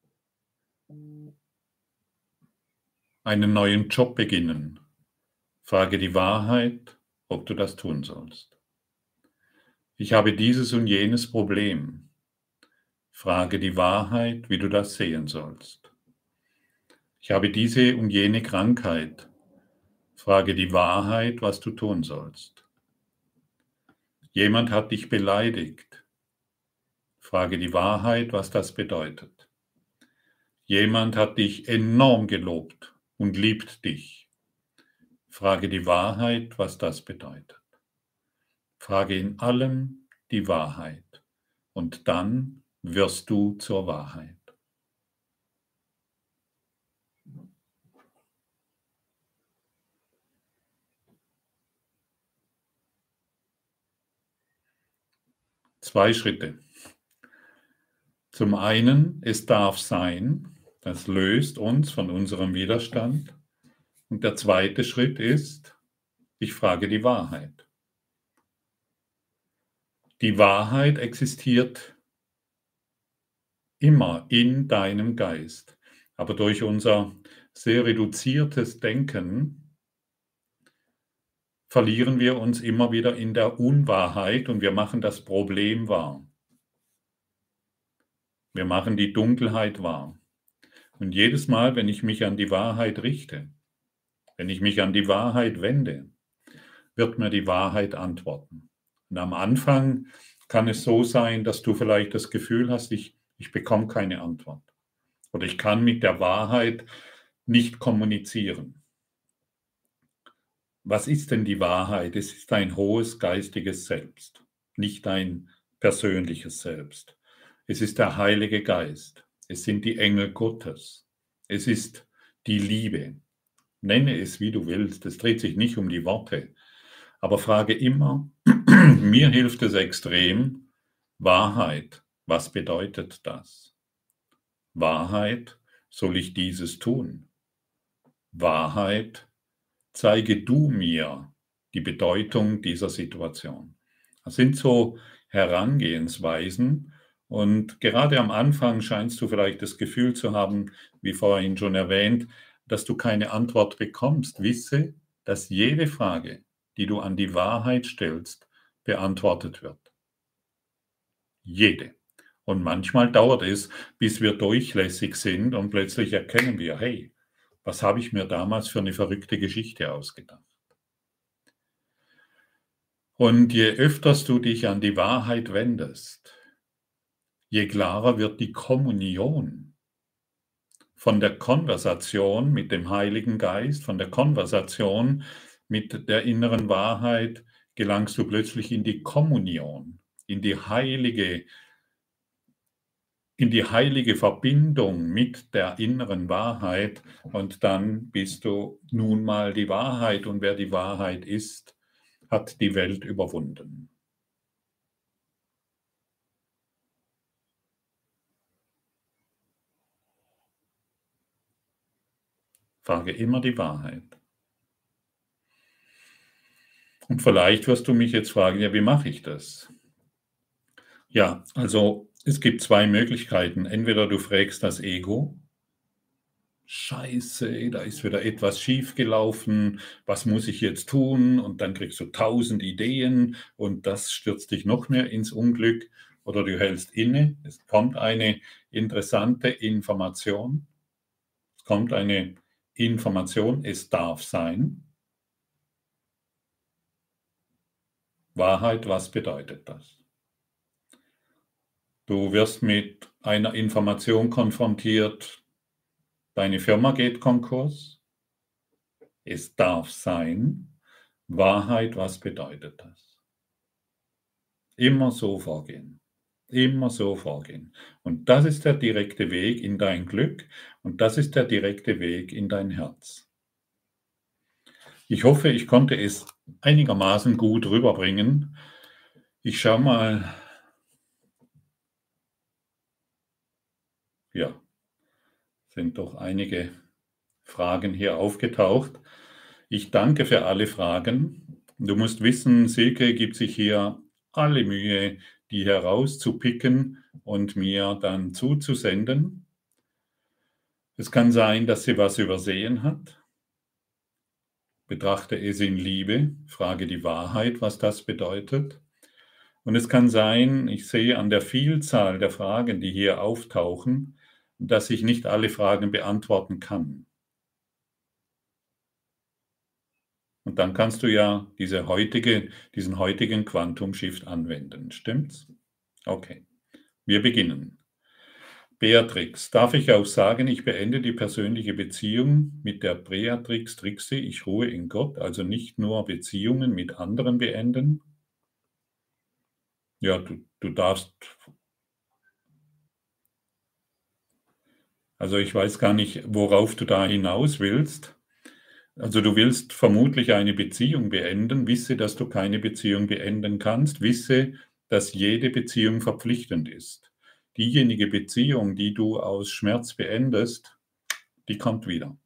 einen neuen Job beginnen. Frage die Wahrheit, ob du das tun sollst. Ich habe dieses und jenes Problem. Frage die Wahrheit, wie du das sehen sollst. Ich habe diese und jene Krankheit. Frage die Wahrheit, was du tun sollst. Jemand hat dich beleidigt. Frage die Wahrheit, was das bedeutet. Jemand hat dich enorm gelobt und liebt dich. Frage die Wahrheit, was das bedeutet. Frage in allem die Wahrheit und dann wirst du zur Wahrheit. Zwei Schritte. Zum einen, es darf sein, das löst uns von unserem Widerstand. Und der zweite Schritt ist, ich frage die Wahrheit. Die Wahrheit existiert immer in deinem Geist. Aber durch unser sehr reduziertes Denken verlieren wir uns immer wieder in der Unwahrheit und wir machen das Problem wahr. Wir machen die Dunkelheit wahr. Und jedes Mal, wenn ich mich an die Wahrheit richte, wenn ich mich an die Wahrheit wende, wird mir die Wahrheit antworten. Und am Anfang kann es so sein, dass du vielleicht das Gefühl hast, ich, ich bekomme keine Antwort. Oder ich kann mit der Wahrheit nicht kommunizieren. Was ist denn die Wahrheit? Es ist ein hohes geistiges Selbst, nicht ein persönliches Selbst. Es ist der Heilige Geist. Es sind die Engel Gottes. Es ist die Liebe. Nenne es, wie du willst. Es dreht sich nicht um die Worte. Aber frage immer, mir hilft es extrem, Wahrheit. Was bedeutet das? Wahrheit, soll ich dieses tun? Wahrheit, zeige du mir die Bedeutung dieser Situation. Das sind so Herangehensweisen und gerade am Anfang scheinst du vielleicht das Gefühl zu haben, wie vorhin schon erwähnt, dass du keine Antwort bekommst. Wisse, dass jede Frage, die du an die Wahrheit stellst, beantwortet wird. Jede. Und manchmal dauert es, bis wir durchlässig sind und plötzlich erkennen wir, hey, was habe ich mir damals für eine verrückte Geschichte ausgedacht? Und je öfters du dich an die Wahrheit wendest, je klarer wird die Kommunion von der Konversation mit dem Heiligen Geist, von der Konversation mit der inneren Wahrheit, gelangst du plötzlich in die Kommunion, in die heilige, in die heilige Verbindung mit der inneren Wahrheit und dann bist du nun mal die Wahrheit und wer die Wahrheit ist, hat die Welt überwunden. Frage immer die Wahrheit. Und vielleicht wirst du mich jetzt fragen, ja, wie mache ich das? Ja, also es gibt zwei Möglichkeiten. Entweder du fragst das Ego, Scheiße, da ist wieder etwas schiefgelaufen, was muss ich jetzt tun? Und dann kriegst du tausend Ideen und das stürzt dich noch mehr ins Unglück. Oder du hältst inne, es kommt eine interessante Information, es kommt eine Information, es darf sein. Wahrheit, was bedeutet das? Du wirst mit einer Information konfrontiert, deine Firma geht Konkurs. Es darf sein. Wahrheit, was bedeutet das? Immer so vorgehen. Immer so vorgehen. Und das ist der direkte Weg in dein Glück und das ist der direkte Weg in dein Herz. Ich hoffe, ich konnte es einigermaßen gut rüberbringen. Ich schaue mal. Ja, sind doch einige Fragen hier aufgetaucht. Ich danke für alle Fragen. Du musst wissen, Silke gibt sich hier alle Mühe, die herauszupicken und mir dann zuzusenden. Es kann sein, dass sie was übersehen hat. Betrachte es in Liebe, frage die Wahrheit, was das bedeutet. Und es kann sein, ich sehe an der Vielzahl der Fragen, die hier auftauchen, dass ich nicht alle Fragen beantworten kann. Und dann kannst du ja diese heutige, diesen heutigen Quantum Shift anwenden. Stimmt's? Okay, wir beginnen. Beatrix, darf ich auch sagen, ich beende die persönliche Beziehung mit der Beatrix Trixie, ich ruhe in Gott, also nicht nur Beziehungen mit anderen beenden? Ja, du, du darfst. Also ich weiß gar nicht, worauf du da hinaus willst. Also du willst vermutlich eine Beziehung beenden, wisse, dass du keine Beziehung beenden kannst, wisse, dass jede Beziehung verpflichtend ist. Diejenige Beziehung, die du aus Schmerz beendest, die kommt wieder.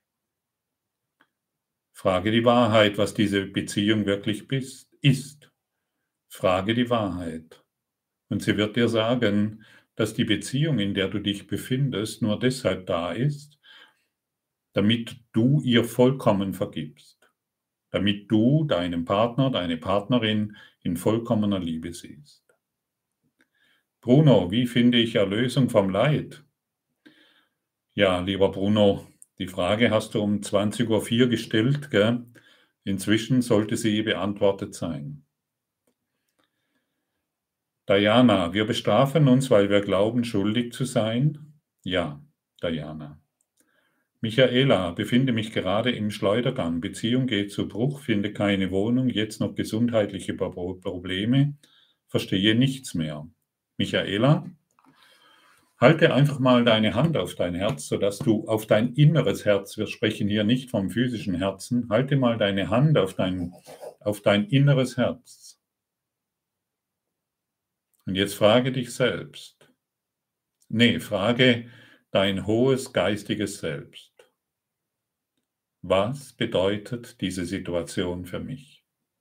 Frage die Wahrheit, was diese Beziehung wirklich bist, ist. Frage die Wahrheit. Und sie wird dir sagen, dass die Beziehung, in der du dich befindest, nur deshalb da ist, damit du ihr vollkommen vergibst. Damit du deinen Partner, deine Partnerin in vollkommener Liebe siehst. Bruno, wie finde ich Erlösung vom Leid? Ja, lieber Bruno, die Frage hast du um zwanzig Uhr vier gestellt, gell? Inzwischen sollte sie beantwortet sein. Diana, wir bestrafen uns, weil wir glauben, schuldig zu sein? Ja, Diana. Michaela, befinde mich gerade im Schleudergang. Beziehung geht zu Bruch, finde keine Wohnung, jetzt noch gesundheitliche Probleme, verstehe nichts mehr. Michaela, halte einfach mal deine Hand auf dein Herz, sodass du auf dein inneres Herz, wir sprechen hier nicht vom physischen Herzen, halte mal deine Hand auf dein, auf dein inneres Herz. Und jetzt frage dich selbst. Nee, frage dein hohes geistiges Selbst. Was bedeutet diese Situation für mich?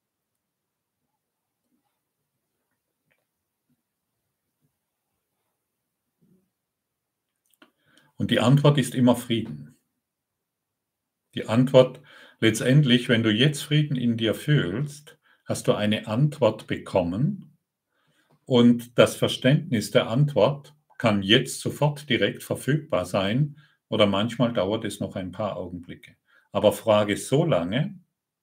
Und die Antwort ist immer Frieden. Die Antwort, letztendlich, wenn du jetzt Frieden in dir fühlst, hast du eine Antwort bekommen und das Verständnis der Antwort kann jetzt sofort direkt verfügbar sein oder manchmal dauert es noch ein paar Augenblicke. Aber frage so lange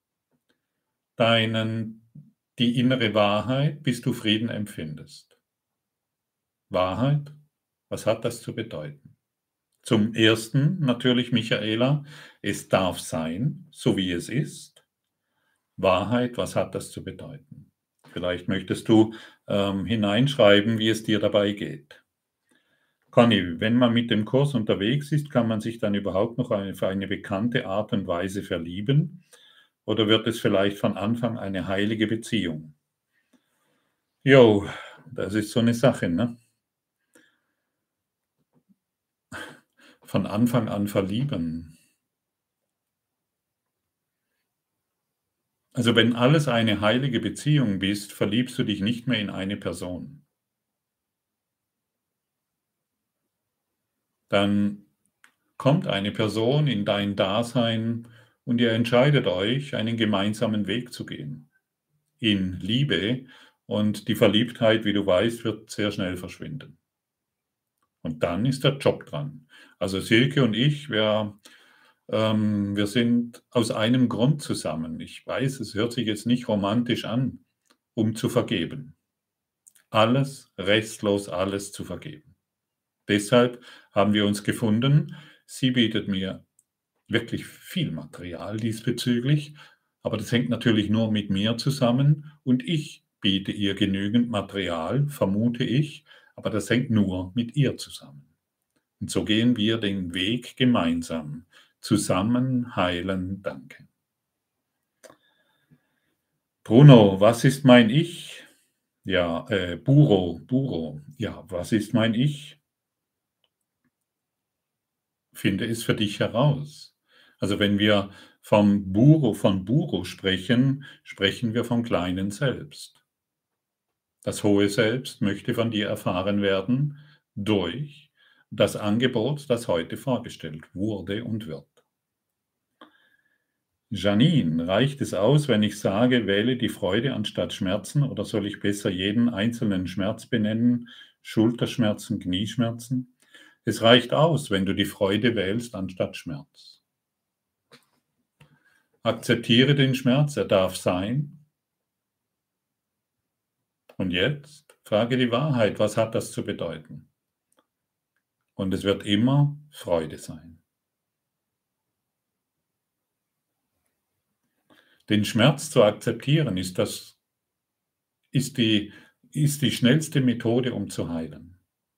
deinen, die innere Wahrheit, bis du Frieden empfindest. Wahrheit, was hat das zu bedeuten? Zum Ersten natürlich, Michaela, es darf sein, so wie es ist. Wahrheit, was hat das zu bedeuten? Vielleicht möchtest du ähm, hineinschreiben, wie es dir dabei geht. Conny, wenn man mit dem Kurs unterwegs ist, kann man sich dann überhaupt noch eine, für eine bekannte Art und Weise verlieben? Oder wird es vielleicht von Anfang eine heilige Beziehung? Jo, das ist so eine Sache, ne? Von Anfang an verlieben. Also wenn alles eine heilige Beziehung bist, verliebst du dich nicht mehr in eine Person. Dann kommt eine Person in dein Dasein und ihr entscheidet euch, einen gemeinsamen Weg zu gehen. In Liebe, und die Verliebtheit, wie du weißt, wird sehr schnell verschwinden. Und dann ist der Job dran. Also Silke und ich, wir, ähm, wir sind aus einem Grund zusammen. Ich weiß, es hört sich jetzt nicht romantisch an, um zu vergeben. Alles, restlos alles zu vergeben. Deshalb haben wir uns gefunden. Sie bietet mir wirklich viel Material diesbezüglich, aber das hängt natürlich nur mit mir zusammen und ich biete ihr genügend Material, vermute ich, aber das hängt nur mit ihr zusammen. Und so gehen wir den Weg gemeinsam. Zusammen heilen, danke. Bruno, was ist mein Ich? Ja, äh, Buro, Buro. Ja, was ist mein Ich? Finde es für dich heraus. Also wenn wir vom Buro, von Buro sprechen, sprechen wir vom kleinen Selbst. Das hohe Selbst möchte von dir erfahren werden durch das Angebot, das heute vorgestellt wurde und wird. Janine, reicht es aus, wenn ich sage, wähle die Freude anstatt Schmerzen, oder soll ich besser jeden einzelnen Schmerz benennen, Schulterschmerzen, Knieschmerzen? Es reicht aus, wenn du die Freude wählst anstatt Schmerz. Akzeptiere den Schmerz, er darf sein. Und jetzt frage die Wahrheit, was hat das zu bedeuten? Und es wird immer Freude sein. Den Schmerz zu akzeptieren, ist, das, ist, die, ist die schnellste Methode, um zu heilen.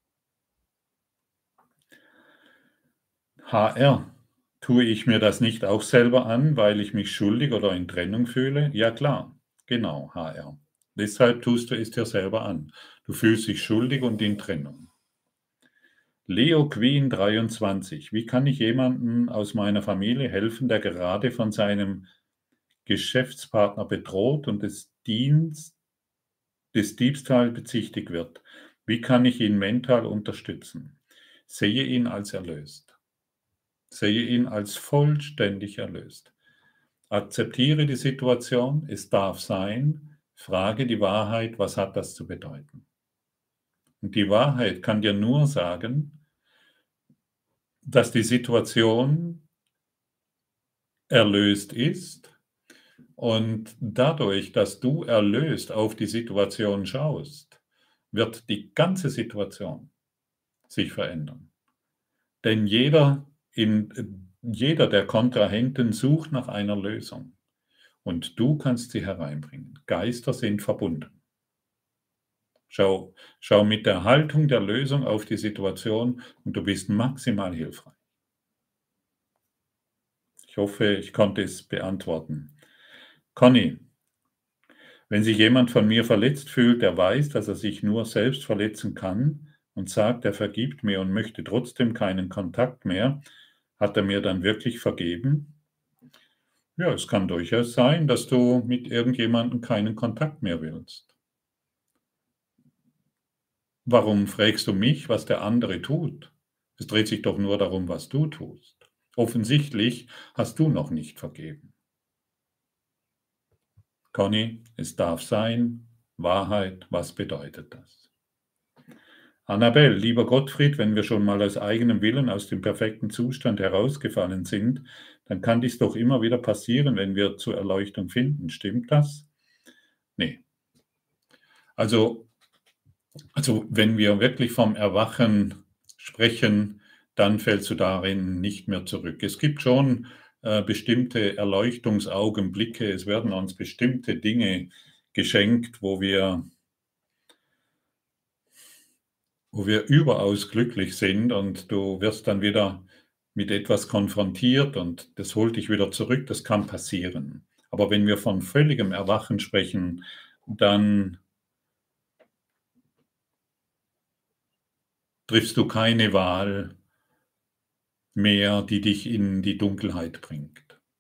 H R, tue ich mir das nicht auch selber an, weil ich mich schuldig oder in Trennung fühle? Ja klar, genau, H R. Deshalb tust du es dir selber an. Du fühlst dich schuldig und in Trennung. Leo Queen dreiundzwanzig. Wie kann ich jemandem aus meiner Familie helfen, der gerade von seinem Geschäftspartner bedroht und des Dienst, des Diebstahls bezichtigt wird? Wie kann ich ihn mental unterstützen? Sehe ihn als erlöst. Sehe ihn als vollständig erlöst. Akzeptiere die Situation, es darf sein, frage die Wahrheit, was hat das zu bedeuten? Und die Wahrheit kann dir nur sagen, dass die Situation erlöst ist und dadurch, dass du erlöst auf die Situation schaust, wird die ganze Situation sich verändern. Denn jeder, in, jeder der Kontrahenten sucht nach einer Lösung und du kannst sie hereinbringen. Geister sind verbunden. Schau, schau mit der Haltung der Lösung auf die Situation und du bist maximal hilfreich. Ich hoffe, ich konnte es beantworten. Conny, wenn sich jemand von mir verletzt fühlt, der weiß, dass er sich nur selbst verletzen kann und sagt, er vergibt mir und möchte trotzdem keinen Kontakt mehr, hat er mir dann wirklich vergeben? Ja, es kann durchaus sein, dass du mit irgendjemandem keinen Kontakt mehr willst. Warum fragst du mich, was der andere tut? Es dreht sich doch nur darum, was du tust. Offensichtlich hast du noch nicht vergeben. Conny, es darf sein. Wahrheit, was bedeutet das? Annabelle, lieber Gottfried, wenn wir schon mal aus eigenem Willen aus dem perfekten Zustand herausgefallen sind, dann kann dies doch immer wieder passieren, wenn wir zur Erleuchtung finden. Stimmt das? Nee. Also, also wenn wir wirklich vom Erwachen sprechen, dann fällst du darin nicht mehr zurück. Es gibt schon äh, bestimmte Erleuchtungsaugenblicke, es werden uns bestimmte Dinge geschenkt, wo wir, wo wir überaus glücklich sind und du wirst dann wieder mit etwas konfrontiert und das holt dich wieder zurück, das kann passieren. Aber wenn wir von völligem Erwachen sprechen, dann triffst du keine Wahl mehr, die dich in die Dunkelheit bringt.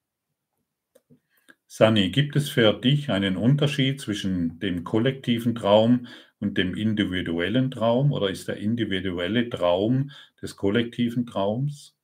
Sunny, gibt es für dich einen Unterschied zwischen dem kollektiven Traum und dem individuellen Traum oder ist der individuelle Traum des kollektiven Traums?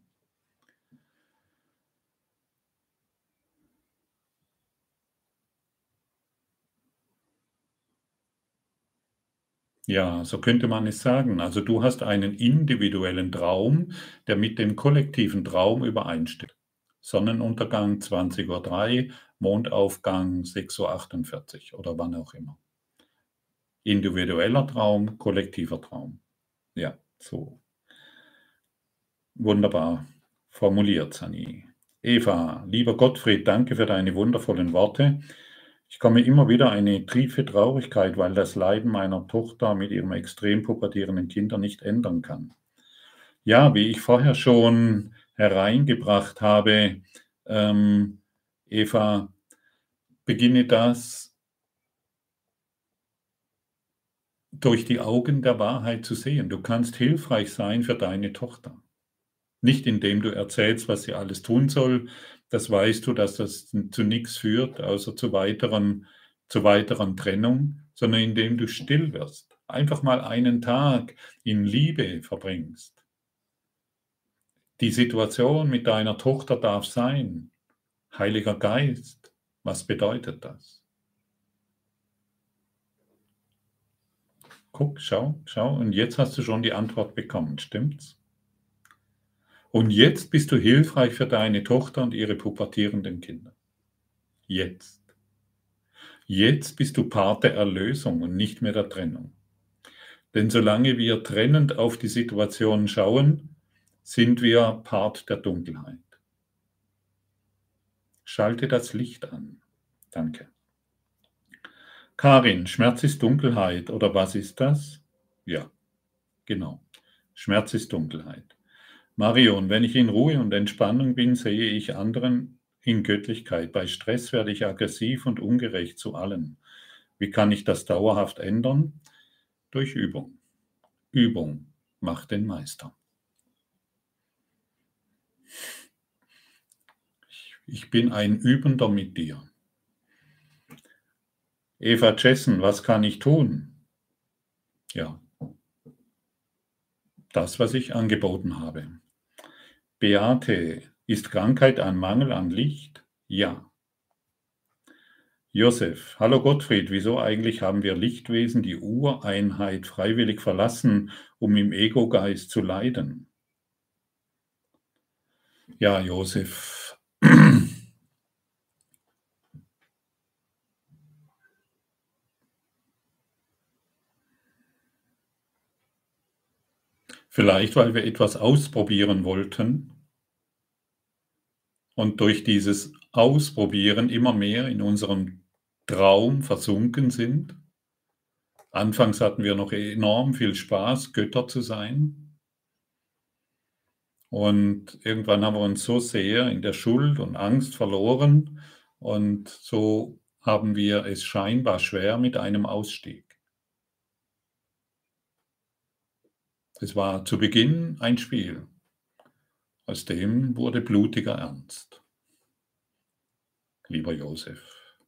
Ja, so könnte man es sagen. Also du hast einen individuellen Traum, der mit dem kollektiven Traum übereinstimmt. Sonnenuntergang zwanzig Uhr drei, Mondaufgang sechs Uhr achtundvierzig oder wann auch immer. Individueller Traum, kollektiver Traum. Ja, so. Wunderbar formuliert, Sani. Eva, lieber Gottfried, danke für deine wundervollen Worte. Ich komme immer wieder eine tiefe Traurigkeit, weil das Leiden meiner Tochter mit ihrem extrem pubertierenden Kind nicht ändern kann. Ja, wie ich vorher schon hereingebracht habe, ähm, Eva, beginne das durch die Augen der Wahrheit zu sehen. Du kannst hilfreich sein für deine Tochter. Nicht indem du erzählst, was sie alles tun soll. Das weißt du, dass das zu nichts führt, außer zu weiteren, zu weiteren Trennung, sondern indem du still wirst. Einfach mal einen Tag in Liebe verbringst. Die Situation mit deiner Tochter darf sein. Heiliger Geist, was bedeutet das? Guck, schau, schau, und jetzt hast du schon die Antwort bekommen, stimmt's? Und jetzt bist du hilfreich für deine Tochter und ihre pubertierenden Kinder. Jetzt. Jetzt bist du Part der Erlösung und nicht mehr der Trennung. Denn solange wir trennend auf die Situation schauen, sind wir Part der Dunkelheit. Schalte das Licht an. Danke. Karin, Schmerz ist Dunkelheit, oder was ist das? Ja, genau. Schmerz ist Dunkelheit. Marion, wenn ich in Ruhe und Entspannung bin, sehe ich anderen in Göttlichkeit. Bei Stress werde ich aggressiv und ungerecht zu allen. Wie kann ich das dauerhaft ändern? Durch Übung. Übung macht den Meister. Ich bin ein Übender mit dir. Eva Jessen, was kann ich tun? Ja, das, was ich angeboten habe. Beate, ist Krankheit ein Mangel an Licht? Ja. Josef, hallo Gottfried, wieso eigentlich haben wir Lichtwesen die Ureinheit freiwillig verlassen, um im Ego-Geist zu leiden? Ja, Josef. Vielleicht, weil wir etwas ausprobieren wollten und durch dieses Ausprobieren immer mehr in unserem Traum versunken sind. Anfangs hatten wir noch enorm viel Spaß, Götter zu sein. Und irgendwann haben wir uns so sehr in der Schuld und Angst verloren und so haben wir es scheinbar schwer mit einem Ausstieg. Es war zu Beginn ein Spiel. Aus dem wurde blutiger Ernst. Lieber Josef,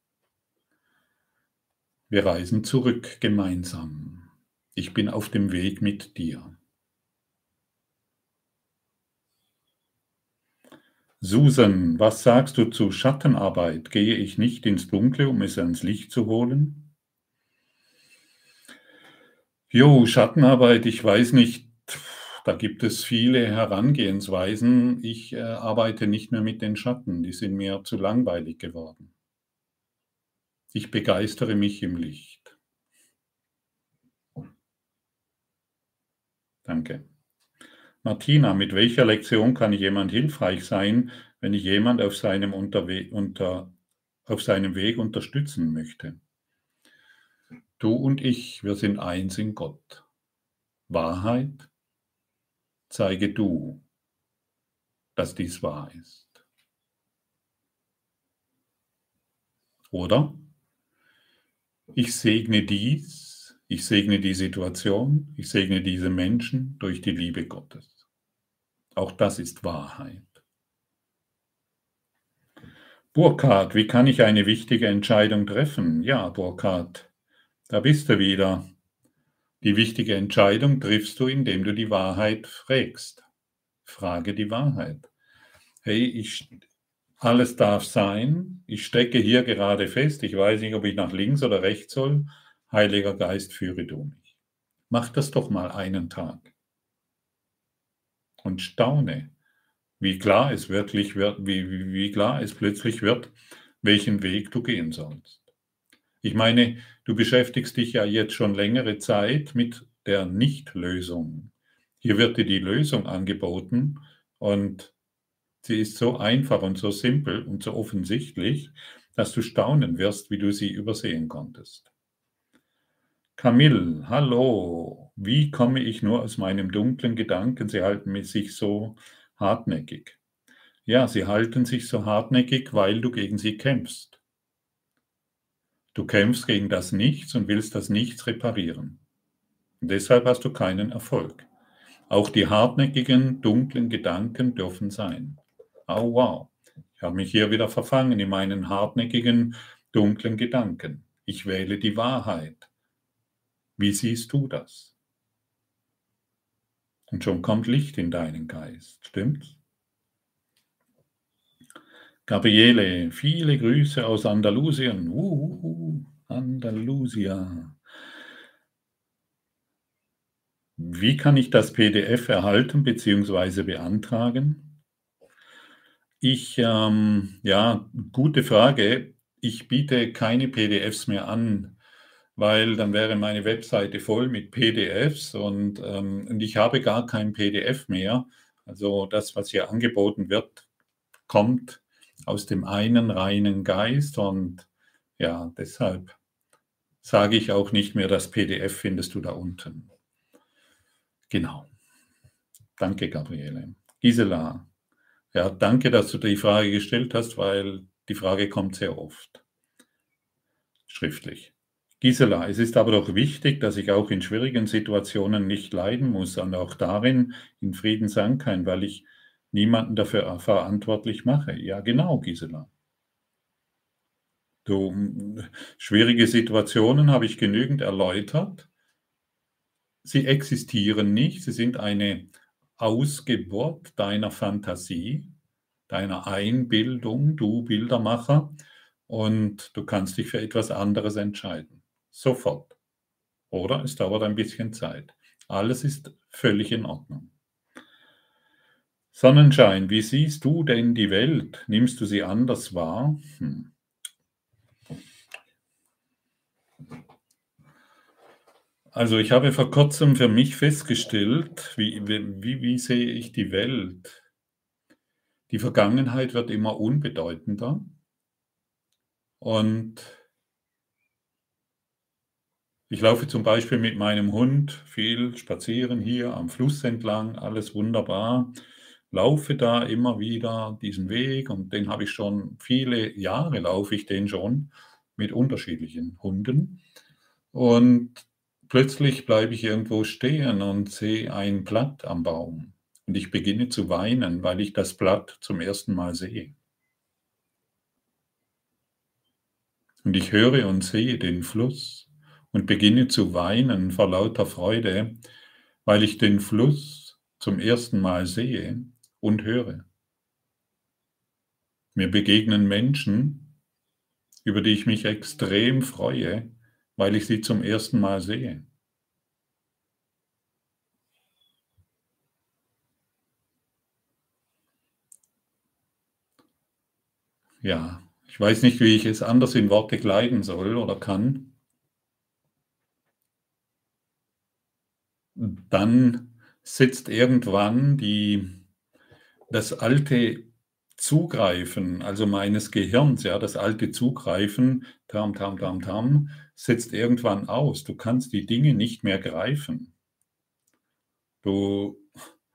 wir reisen zurück gemeinsam. Ich bin auf dem Weg mit dir. Susan, was sagst du zu Schattenarbeit? Gehe ich nicht ins Dunkle, um es ans Licht zu holen? Jo, Schattenarbeit, ich weiß nicht, da gibt es viele Herangehensweisen. Ich äh, arbeite nicht mehr mit den Schatten, die sind mir zu langweilig geworden. Ich begeistere mich im Licht. Danke. Martina, mit welcher Lektion kann jemand hilfreich sein, wenn ich jemand auf seinem, Unterwe unter, auf seinem Weg unterstützen möchte? Du und ich, wir sind eins in Gott. Wahrheit, zeige du, dass dies wahr ist. Oder? Ich segne dies, ich segne die Situation, ich segne diese Menschen durch die Liebe Gottes. Auch das ist Wahrheit. Burkhard, wie kann ich eine wichtige Entscheidung treffen? Ja, Burkhard, da bist du wieder. Die wichtige Entscheidung triffst du, indem du die Wahrheit fragst. Frage die Wahrheit. Hey, ich, alles darf sein. Ich stecke hier gerade fest. Ich weiß nicht, ob ich nach links oder rechts soll. Heiliger Geist, führe du mich. Mach das doch mal einen Tag. Und staune, wie klar es wirklich wird, wie, wie, wie klar es plötzlich wird, welchen Weg du gehen sollst. Ich meine, du beschäftigst dich ja jetzt schon längere Zeit mit der Nichtlösung. Hier wird dir die Lösung angeboten und sie ist so einfach und so simpel und so offensichtlich, dass du staunen wirst, wie du sie übersehen konntest. Camille, hallo, wie komme ich nur aus meinem dunklen Gedanken? Sie halten sich so hartnäckig. Ja, sie halten sich so hartnäckig, weil du gegen sie kämpfst. Du kämpfst gegen das Nichts und willst das Nichts reparieren. Und deshalb hast du keinen Erfolg. Auch die hartnäckigen, dunklen Gedanken dürfen sein. Oh wow, ich habe mich hier wieder verfangen in meinen hartnäckigen, dunklen Gedanken. Ich wähle die Wahrheit. Wie siehst du das? Und schon kommt Licht in deinen Geist, stimmt's? Gabriele, viele Grüße aus Andalusien. Uh, Andalusia. Wie kann ich das P D F erhalten bzw. beantragen? Ich, ähm, ja, gute Frage. Ich biete keine P D Fs mehr an, weil dann wäre meine Webseite voll mit P D Fs und, ähm, und ich habe gar kein P D F mehr. Also das, was hier angeboten wird, kommt aus dem einen reinen Geist und ja, deshalb sage ich auch nicht mehr, das P D F findest du da unten. Genau. Danke, Gabriele. Gisela, ja, danke, dass du die Frage gestellt hast, weil die Frage kommt sehr oft schriftlich. Gisela, es ist aber doch wichtig, dass ich auch in schwierigen Situationen nicht leiden muss und auch darin in Frieden sein kann, weil ich niemanden dafür verantwortlich mache. Ja, genau, Gisela. Du, hm, schwierige Situationen habe ich genügend erläutert. Sie existieren nicht, sie sind eine Ausgeburt deiner Fantasie, deiner Einbildung, du Bildermacher, und du kannst dich für etwas anderes entscheiden. Sofort. Oder es dauert ein bisschen Zeit. Alles ist völlig in Ordnung. Sonnenschein, wie siehst du denn die Welt? Nimmst du sie anders wahr? Hm. Also ich habe vor kurzem für mich festgestellt, wie, wie, wie, wie sehe ich die Welt? Die Vergangenheit wird immer unbedeutender und ich laufe zum Beispiel mit meinem Hund viel spazieren hier am Fluss entlang, alles wunderbar, laufe da immer wieder diesen Weg und den habe ich schon viele Jahre laufe ich den schon mit unterschiedlichen Hunden und plötzlich bleibe ich irgendwo stehen und sehe ein Blatt am Baum und ich beginne zu weinen, weil ich das Blatt zum ersten Mal sehe. Und ich höre und sehe den Fluss und beginne zu weinen vor lauter Freude, weil ich den Fluss zum ersten Mal sehe und höre. Mir begegnen Menschen, über die ich mich extrem freue, weil ich sie zum ersten Mal sehe. Ja, ich weiß nicht, wie ich es anders in Worte kleiden soll oder kann. Dann setzt irgendwann die, das alte Zugreifen, also meines Gehirns, ja, das alte Zugreifen, tam, tam, tam, tam, setzt irgendwann aus. Du kannst die Dinge nicht mehr greifen. Du,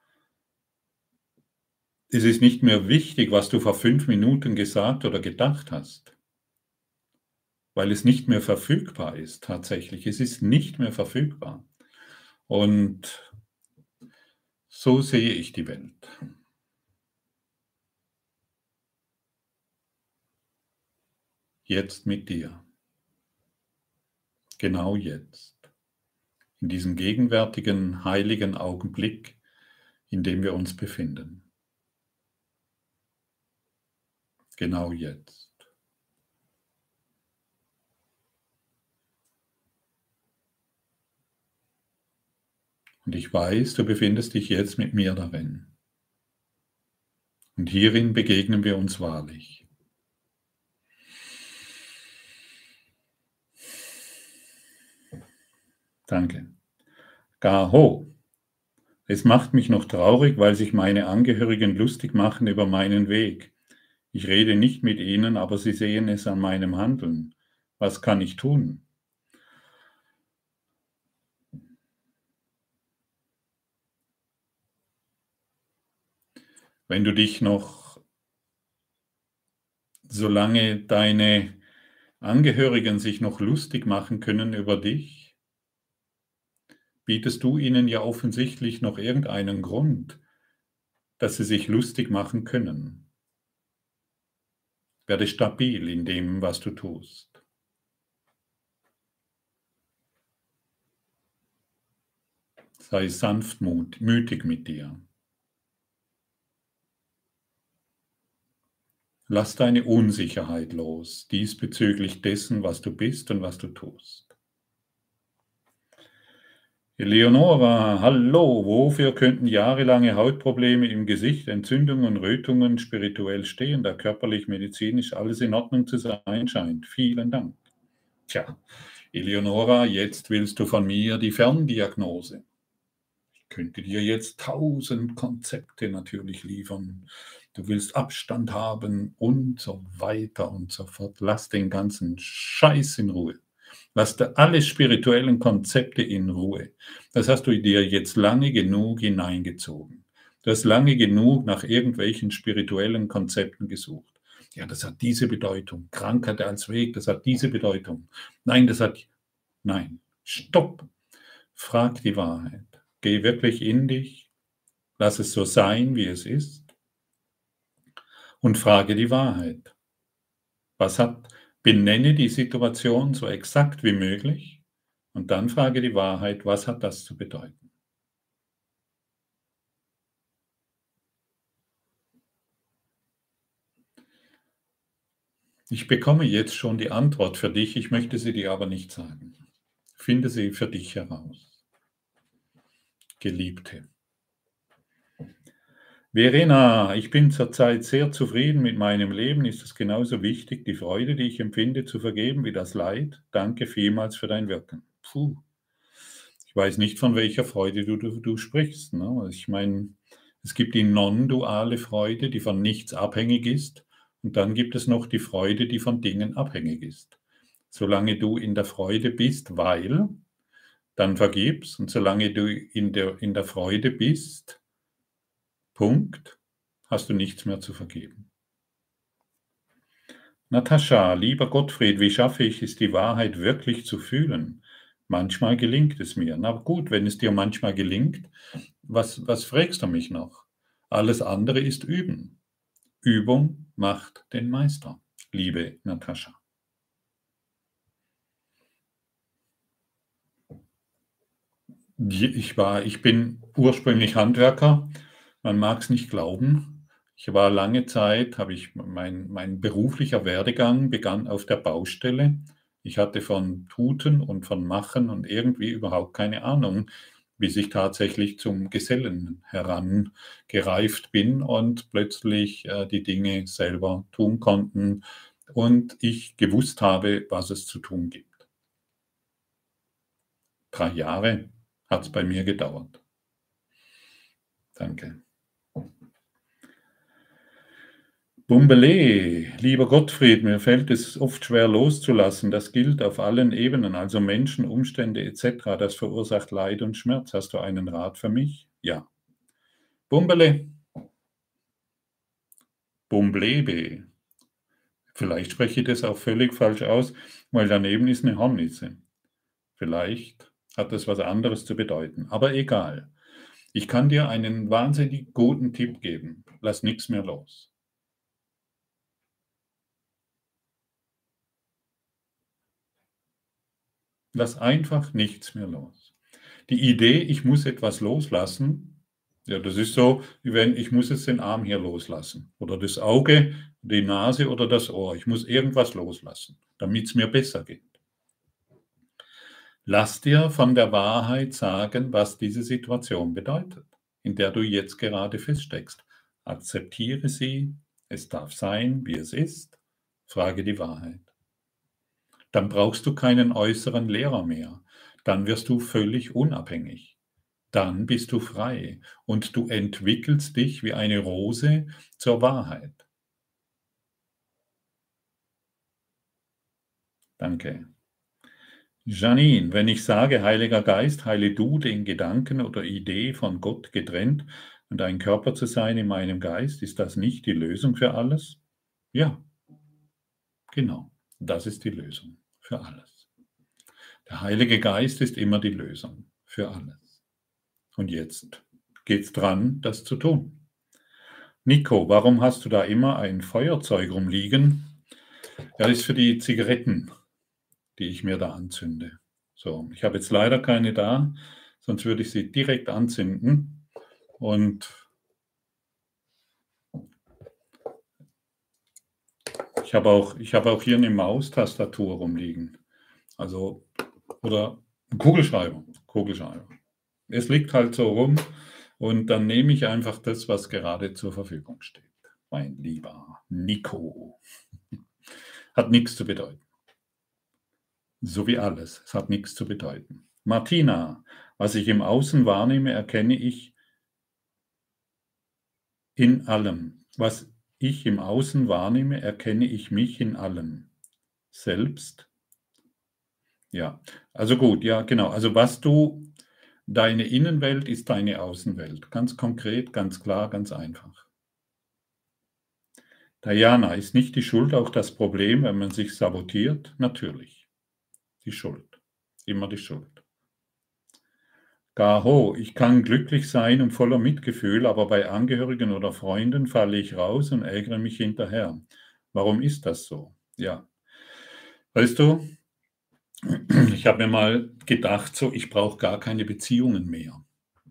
es ist nicht mehr wichtig, was du vor fünf Minuten gesagt oder gedacht hast, weil es nicht mehr verfügbar ist tatsächlich. Es ist nicht mehr verfügbar. Und so sehe ich die Welt. Jetzt mit dir. Genau jetzt. In diesem gegenwärtigen, heiligen Augenblick, in dem wir uns befinden. Genau jetzt. Und ich weiß, du befindest dich jetzt mit mir darin. Und hierin begegnen wir uns wahrlich. Danke. Gaho. Es macht mich noch traurig, weil sich meine Angehörigen lustig machen über meinen Weg. Ich rede nicht mit ihnen, aber sie sehen es an meinem Handeln. Was kann ich tun? Wenn du dich noch, solange deine Angehörigen sich noch lustig machen können über dich, bietest du ihnen ja offensichtlich noch irgendeinen Grund, dass sie sich lustig machen können. Werde stabil in dem, was du tust. Sei sanftmütig mit dir. Lass deine Unsicherheit los diesbezüglich dessen, was du bist und was du tust. Eleonora, hallo, wofür könnten jahrelange Hautprobleme im Gesicht, Entzündungen, Rötungen spirituell stehen, da körperlich, medizinisch alles in Ordnung zu sein scheint? Vielen Dank. Tja, Eleonora, jetzt willst du von mir die Ferndiagnose. Ich könnte dir jetzt tausend Konzepte natürlich liefern. Du willst Abstand haben und so weiter und so fort. Lass den ganzen Scheiß in Ruhe. Lass da alle spirituellen Konzepte in Ruhe. Das hast du dir jetzt lange genug hineingezogen. Du hast lange genug nach irgendwelchen spirituellen Konzepten gesucht. Ja, das hat diese Bedeutung. Krankheit als Weg, das hat diese Bedeutung. Nein, das hat Nein, stopp. Frag die Wahrheit. Geh wirklich in dich, lass es so sein, wie es ist und frage die Wahrheit. Was hat, benenne die Situation so exakt wie möglich und dann frage die Wahrheit, was hat das zu bedeuten? Ich bekomme jetzt schon die Antwort für dich, ich möchte sie dir aber nicht sagen. Finde sie für dich heraus. Geliebte. Verena, ich bin zurzeit sehr zufrieden mit meinem Leben. Ist es genauso wichtig, die Freude, die ich empfinde, zu vergeben, wie das Leid? Danke vielmals für dein Wirken. Puh. Ich weiß nicht, von welcher Freude du, du, du sprichst. Ne? Ich meine, es gibt die non-duale Freude, die von nichts abhängig ist. Und dann gibt es noch die Freude, die von Dingen abhängig ist. Solange du in der Freude bist, weil, dann vergibst. Und solange du in der, in der Freude bist, Punkt, hast du nichts mehr zu vergeben. Natascha, lieber Gottfried, wie schaffe ich es, die Wahrheit wirklich zu fühlen? Manchmal gelingt es mir. Na gut, wenn es dir manchmal gelingt, was, was fragst du mich noch? Alles andere ist Üben. Übung macht den Meister, liebe Natascha. Ich war, ich bin ursprünglich Handwerker. Man mag es nicht glauben. Ich war lange Zeit, habe ich mein, mein beruflicher Werdegang begann auf der Baustelle. Ich hatte von Tuten und von Machen und irgendwie überhaupt keine Ahnung, bis ich tatsächlich zum Gesellen herangereift bin und plötzlich äh, die Dinge selber tun konnten und ich gewusst habe, was es zu tun gibt. Drei Jahre hat es bei mir gedauert. Danke. Bumbele, lieber Gottfried, mir fällt es oft schwer loszulassen. Das gilt auf allen Ebenen, also Menschen, Umstände et cetera. Das verursacht Leid und Schmerz. Hast du einen Rat für mich? Ja. Bumbele. Bumblebe. Vielleicht spreche ich das auch völlig falsch aus, weil daneben ist eine Hornisse. Vielleicht hat das was anderes zu bedeuten. Aber egal. Ich kann dir einen wahnsinnig guten Tipp geben. Lass nichts mehr los. Lass einfach nichts mehr los. Die Idee, ich muss etwas loslassen, ja, das ist so, wie wenn ich muss jetzt den Arm hier loslassen oder das Auge, die Nase oder das Ohr. Ich muss irgendwas loslassen, damit es mir besser geht. Lass dir von der Wahrheit sagen, was diese Situation bedeutet, in der du jetzt gerade feststeckst. Akzeptiere sie, es darf sein, wie es ist, frage die Wahrheit. Dann brauchst du keinen äußeren Lehrer mehr. Dann wirst du völlig unabhängig. Dann bist du frei und du entwickelst dich wie eine Rose zur Wahrheit. Danke. Janine, wenn ich sage, Heiliger Geist, heile du den Gedanken oder Idee von Gott getrennt und ein Körper zu sein in meinem Geist, ist das nicht die Lösung für alles? Ja, genau. Das ist die Lösung für alles. Der Heilige Geist ist immer die Lösung für alles. Und jetzt geht's dran, das zu tun. Nico, warum hast du da immer ein Feuerzeug rumliegen? Ja, das ist für die Zigaretten, die ich mir da anzünde. So, ich habe jetzt leider keine da, sonst würde ich sie direkt anzünden. Und ich habe auch, ich habe auch hier eine Maustastatur rumliegen. Also, oder ein Kugelschreiber. Kugelschreiber. Es liegt halt so rum und dann nehme ich einfach das, was gerade zur Verfügung steht. Mein lieber Nico. Hat nichts zu bedeuten. So wie alles. Es hat nichts zu bedeuten. Martina, was ich im Außen wahrnehme, erkenne ich in allem. Was ich im Außen wahrnehme, erkenne ich mich in allem. Selbst. Ja, also gut, ja, genau. Also was du, deine Innenwelt ist deine Außenwelt. Ganz konkret, ganz klar, ganz einfach. Diana, ist nicht die Schuld auch das Problem, wenn man sich sabotiert? Natürlich. Die Schuld. immer die Schuld. Gaho, ich kann glücklich sein und voller Mitgefühl, aber bei Angehörigen oder Freunden falle ich raus und ärgere mich hinterher. Warum ist das so? Ja, weißt du, ich habe mir mal gedacht, so, ich brauche gar keine Beziehungen mehr.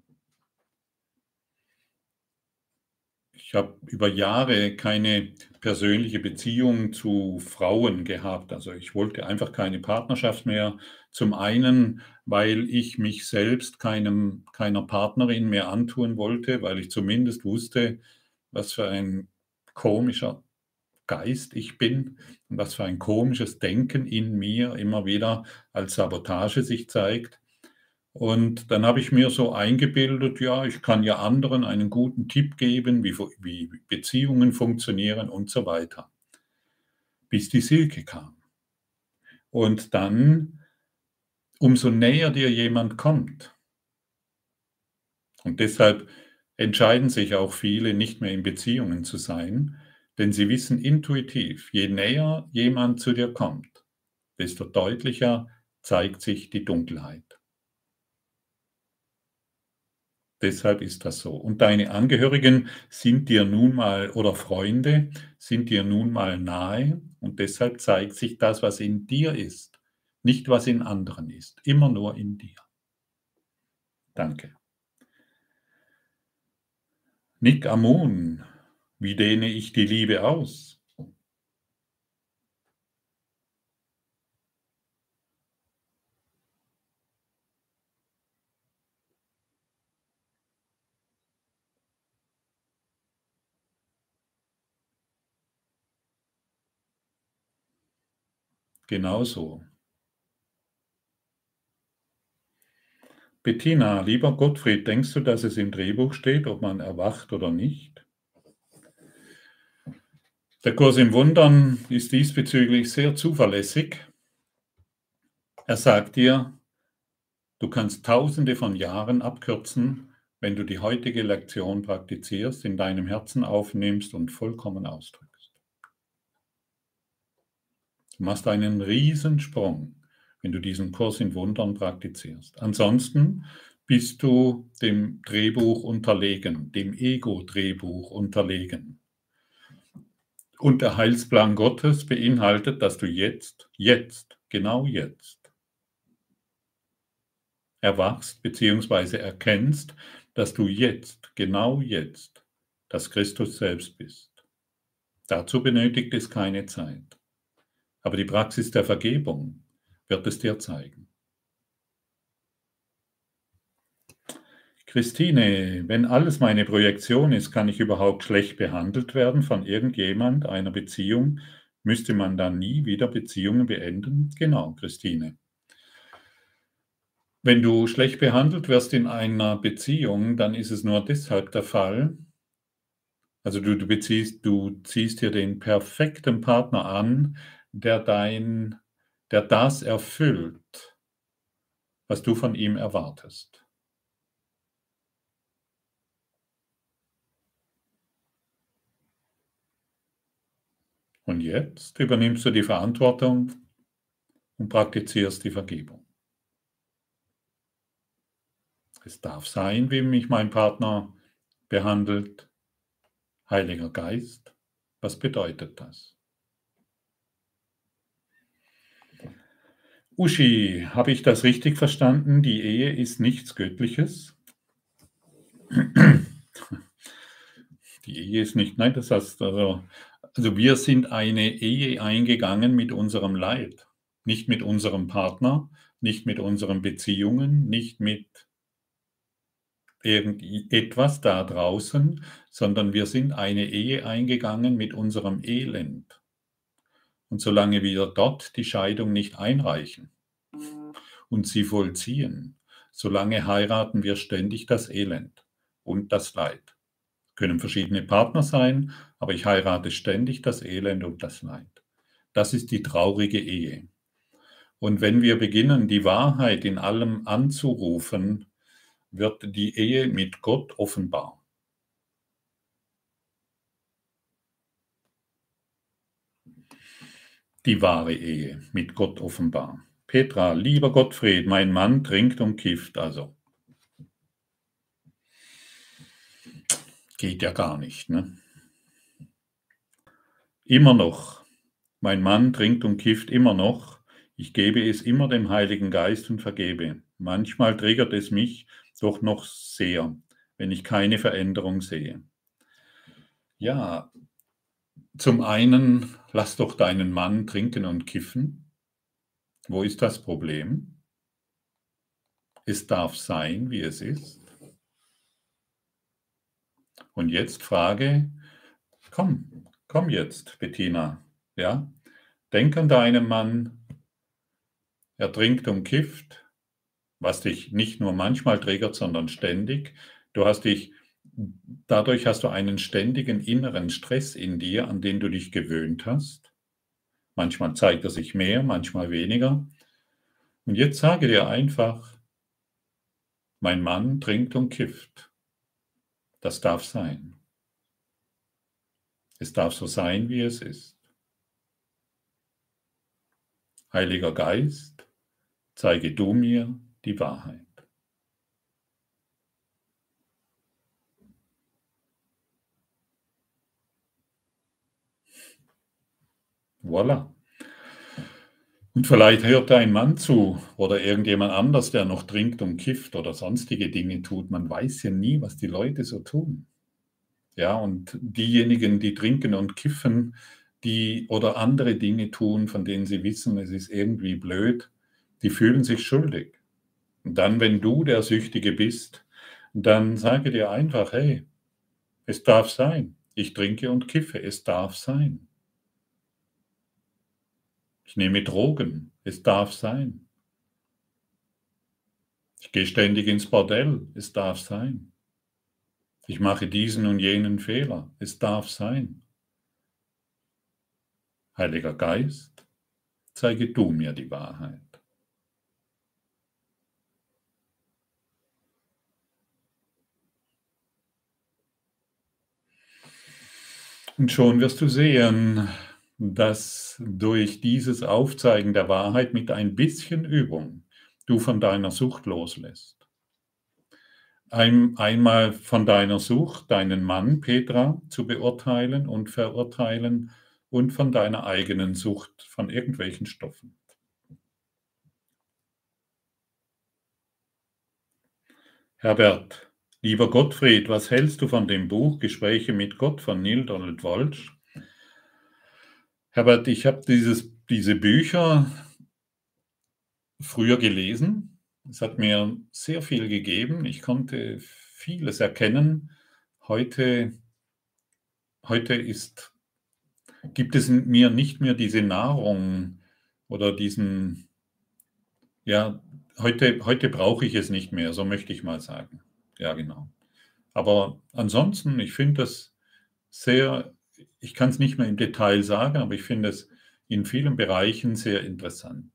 Ich habe über Jahre keine persönliche Beziehung zu Frauen gehabt. Also, ich wollte einfach keine Partnerschaft mehr. Zum einen, weil ich mich selbst keinem keiner Partnerin mehr antun wollte, weil ich zumindest wusste, was für ein komischer Geist ich bin und was für ein komisches Denken in mir immer wieder als Sabotage sich zeigt. Und dann habe ich mir so eingebildet, ja, ich kann ja anderen einen guten Tipp geben, wie, fu- wie Beziehungen funktionieren und so weiter, bis die Silke kam. Und dann, umso näher dir jemand kommt, und deshalb entscheiden sich auch viele, nicht mehr in Beziehungen zu sein, denn sie wissen intuitiv, je näher jemand zu dir kommt, desto deutlicher zeigt sich die Dunkelheit. Deshalb ist das so. Und deine Angehörigen sind dir nun mal oder Freunde sind dir nun mal nahe und deshalb zeigt sich das, was in dir ist, nicht was in anderen ist, immer nur in dir. Danke. Nick Amun, wie dehne ich die Liebe aus? Genauso. Bettina, lieber Gottfried, denkst du, dass es im Drehbuch steht, ob man erwacht oder nicht? Der Kurs im Wundern ist diesbezüglich sehr zuverlässig. Er sagt dir, du kannst Tausende von Jahren abkürzen, wenn du die heutige Lektion praktizierst, in deinem Herzen aufnimmst und vollkommen ausdrückst. Du machst einen Riesensprung, wenn du diesen Kurs in Wundern praktizierst. Ansonsten bist du dem Drehbuch unterlegen, dem Ego-Drehbuch unterlegen. Und der Heilsplan Gottes beinhaltet, dass du jetzt, jetzt, genau jetzt erwachst bzw. erkennst, dass du jetzt, genau jetzt, das Christus selbst bist. Dazu benötigt es keine Zeit. Aber die Praxis der Vergebung wird es dir zeigen. Christine, wenn alles meine Projektion ist, kann ich überhaupt schlecht behandelt werden von irgendjemand, einer Beziehung? Müsste man dann nie wieder Beziehungen beenden? Genau, Christine. Wenn du schlecht behandelt wirst in einer Beziehung, dann ist es nur deshalb der Fall, also du, du beziehst, du ziehst hier den perfekten Partner an, der dein, der das erfüllt, was du von ihm erwartest. Und jetzt übernimmst du die Verantwortung und praktizierst die Vergebung. Es darf sein, wie mich mein Partner behandelt. Heiliger Geist, was bedeutet das? Uschi, habe ich das richtig verstanden? Die Ehe ist nichts Göttliches? Die Ehe ist nicht, nein, das heißt, also, also wir sind eine Ehe eingegangen mit unserem Leid, nicht mit unserem Partner, nicht mit unseren Beziehungen, nicht mit irgendetwas da draußen, sondern wir sind eine Ehe eingegangen mit unserem Elend. Und solange wir dort die Scheidung nicht einreichen und sie vollziehen, solange heiraten wir ständig das Elend und das Leid. Können verschiedene Partner sein, aber ich heirate ständig das Elend und das Leid. Das ist die traurige Ehe. Und wenn wir beginnen, die Wahrheit in allem anzurufen, wird die Ehe mit Gott offenbar. Die wahre Ehe mit Gott offenbar. Petra, lieber Gottfried, mein Mann trinkt und kifft, also. Geht ja gar nicht, ne? Immer noch. Mein Mann trinkt und kifft immer noch. Ich gebe es immer dem Heiligen Geist und vergebe. Manchmal triggert es mich doch noch sehr, wenn ich keine Veränderung sehe. Ja, zum einen, lass doch deinen Mann trinken und kiffen. Wo ist das Problem? Es darf sein, wie es ist. Und jetzt frage, komm, komm jetzt, Bettina, ja? Denk an deinen Mann, er trinkt und kifft, was dich nicht nur manchmal triggert, sondern ständig. Du hast dich, dadurch hast du einen ständigen inneren Stress in dir, an den du dich gewöhnt hast. Manchmal zeigt er sich mehr, manchmal weniger. Und jetzt sage dir einfach, mein Mann trinkt und kifft. Das darf sein. Es darf so sein, wie es ist. Heiliger Geist, zeige du mir die Wahrheit. Voilà. Und vielleicht hört dein Mann zu oder irgendjemand anders, der noch trinkt und kifft oder sonstige Dinge tut. Man weiß ja nie, was die Leute so tun. Ja, und diejenigen, die trinken und kiffen, die oder andere Dinge tun, von denen sie wissen, es ist irgendwie blöd, die fühlen sich schuldig. Und dann, wenn du der Süchtige bist, dann sage dir einfach, hey, es darf sein. Ich trinke und kiffe, es darf sein. Ich nehme Drogen, es darf sein. Ich gehe ständig ins Bordell, es darf sein. Ich mache diesen und jenen Fehler, es darf sein. Heiliger Geist, zeige du mir die Wahrheit. Und schon wirst du sehen, dass durch dieses Aufzeigen der Wahrheit mit ein bisschen Übung du von deiner Sucht loslässt. Ein, einmal von deiner Sucht, deinen Mann, Petra, zu beurteilen und verurteilen und von deiner eigenen Sucht von irgendwelchen Stoffen. Herbert, lieber Gottfried, was hältst du von dem Buch Gespräche mit Gott von Neil Donald Walsch? Herbert, ich habe dieses, diese Bücher früher gelesen. Es hat mir sehr viel gegeben. Ich konnte vieles erkennen. Heute, heute ist, gibt es in mir nicht mehr diese Nahrung oder diesen, ja, heute, heute brauche ich es nicht mehr, so möchte ich mal sagen. Ja, genau. Aber ansonsten, ich finde das sehr, ich kann es nicht mehr im Detail sagen, aber ich finde es in vielen Bereichen sehr interessant.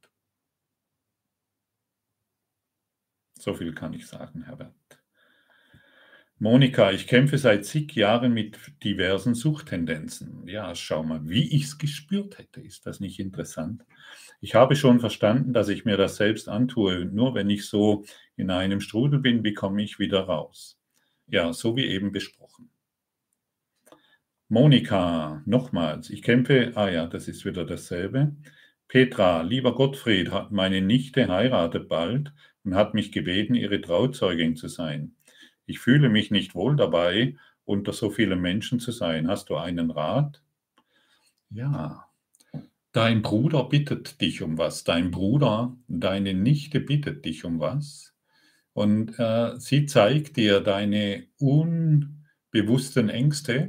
So viel kann ich sagen, Herbert. Monika, ich kämpfe seit zig Jahren mit diversen Suchttendenzen. Ja, schau mal, wie ich es gespürt hätte. Ist das nicht interessant? Ich habe schon verstanden, dass ich mir das selbst antue. Nur wenn ich so in einem Strudel bin, bekomme ich wieder raus. Ja, so wie eben besprochen. Monika, nochmals, ich kämpfe, ah ja, das ist wieder dasselbe. Petra, lieber Gottfried, meine Nichte heiratet bald und hat mich gebeten, ihre Trauzeugin zu sein. Ich fühle mich nicht wohl dabei, unter so vielen Menschen zu sein. Hast du einen Rat? Ja, dein Bruder bittet dich um was. Dein Bruder, deine Nichte bittet dich um was. Und äh, sie zeigt dir deine unbewussten Ängste.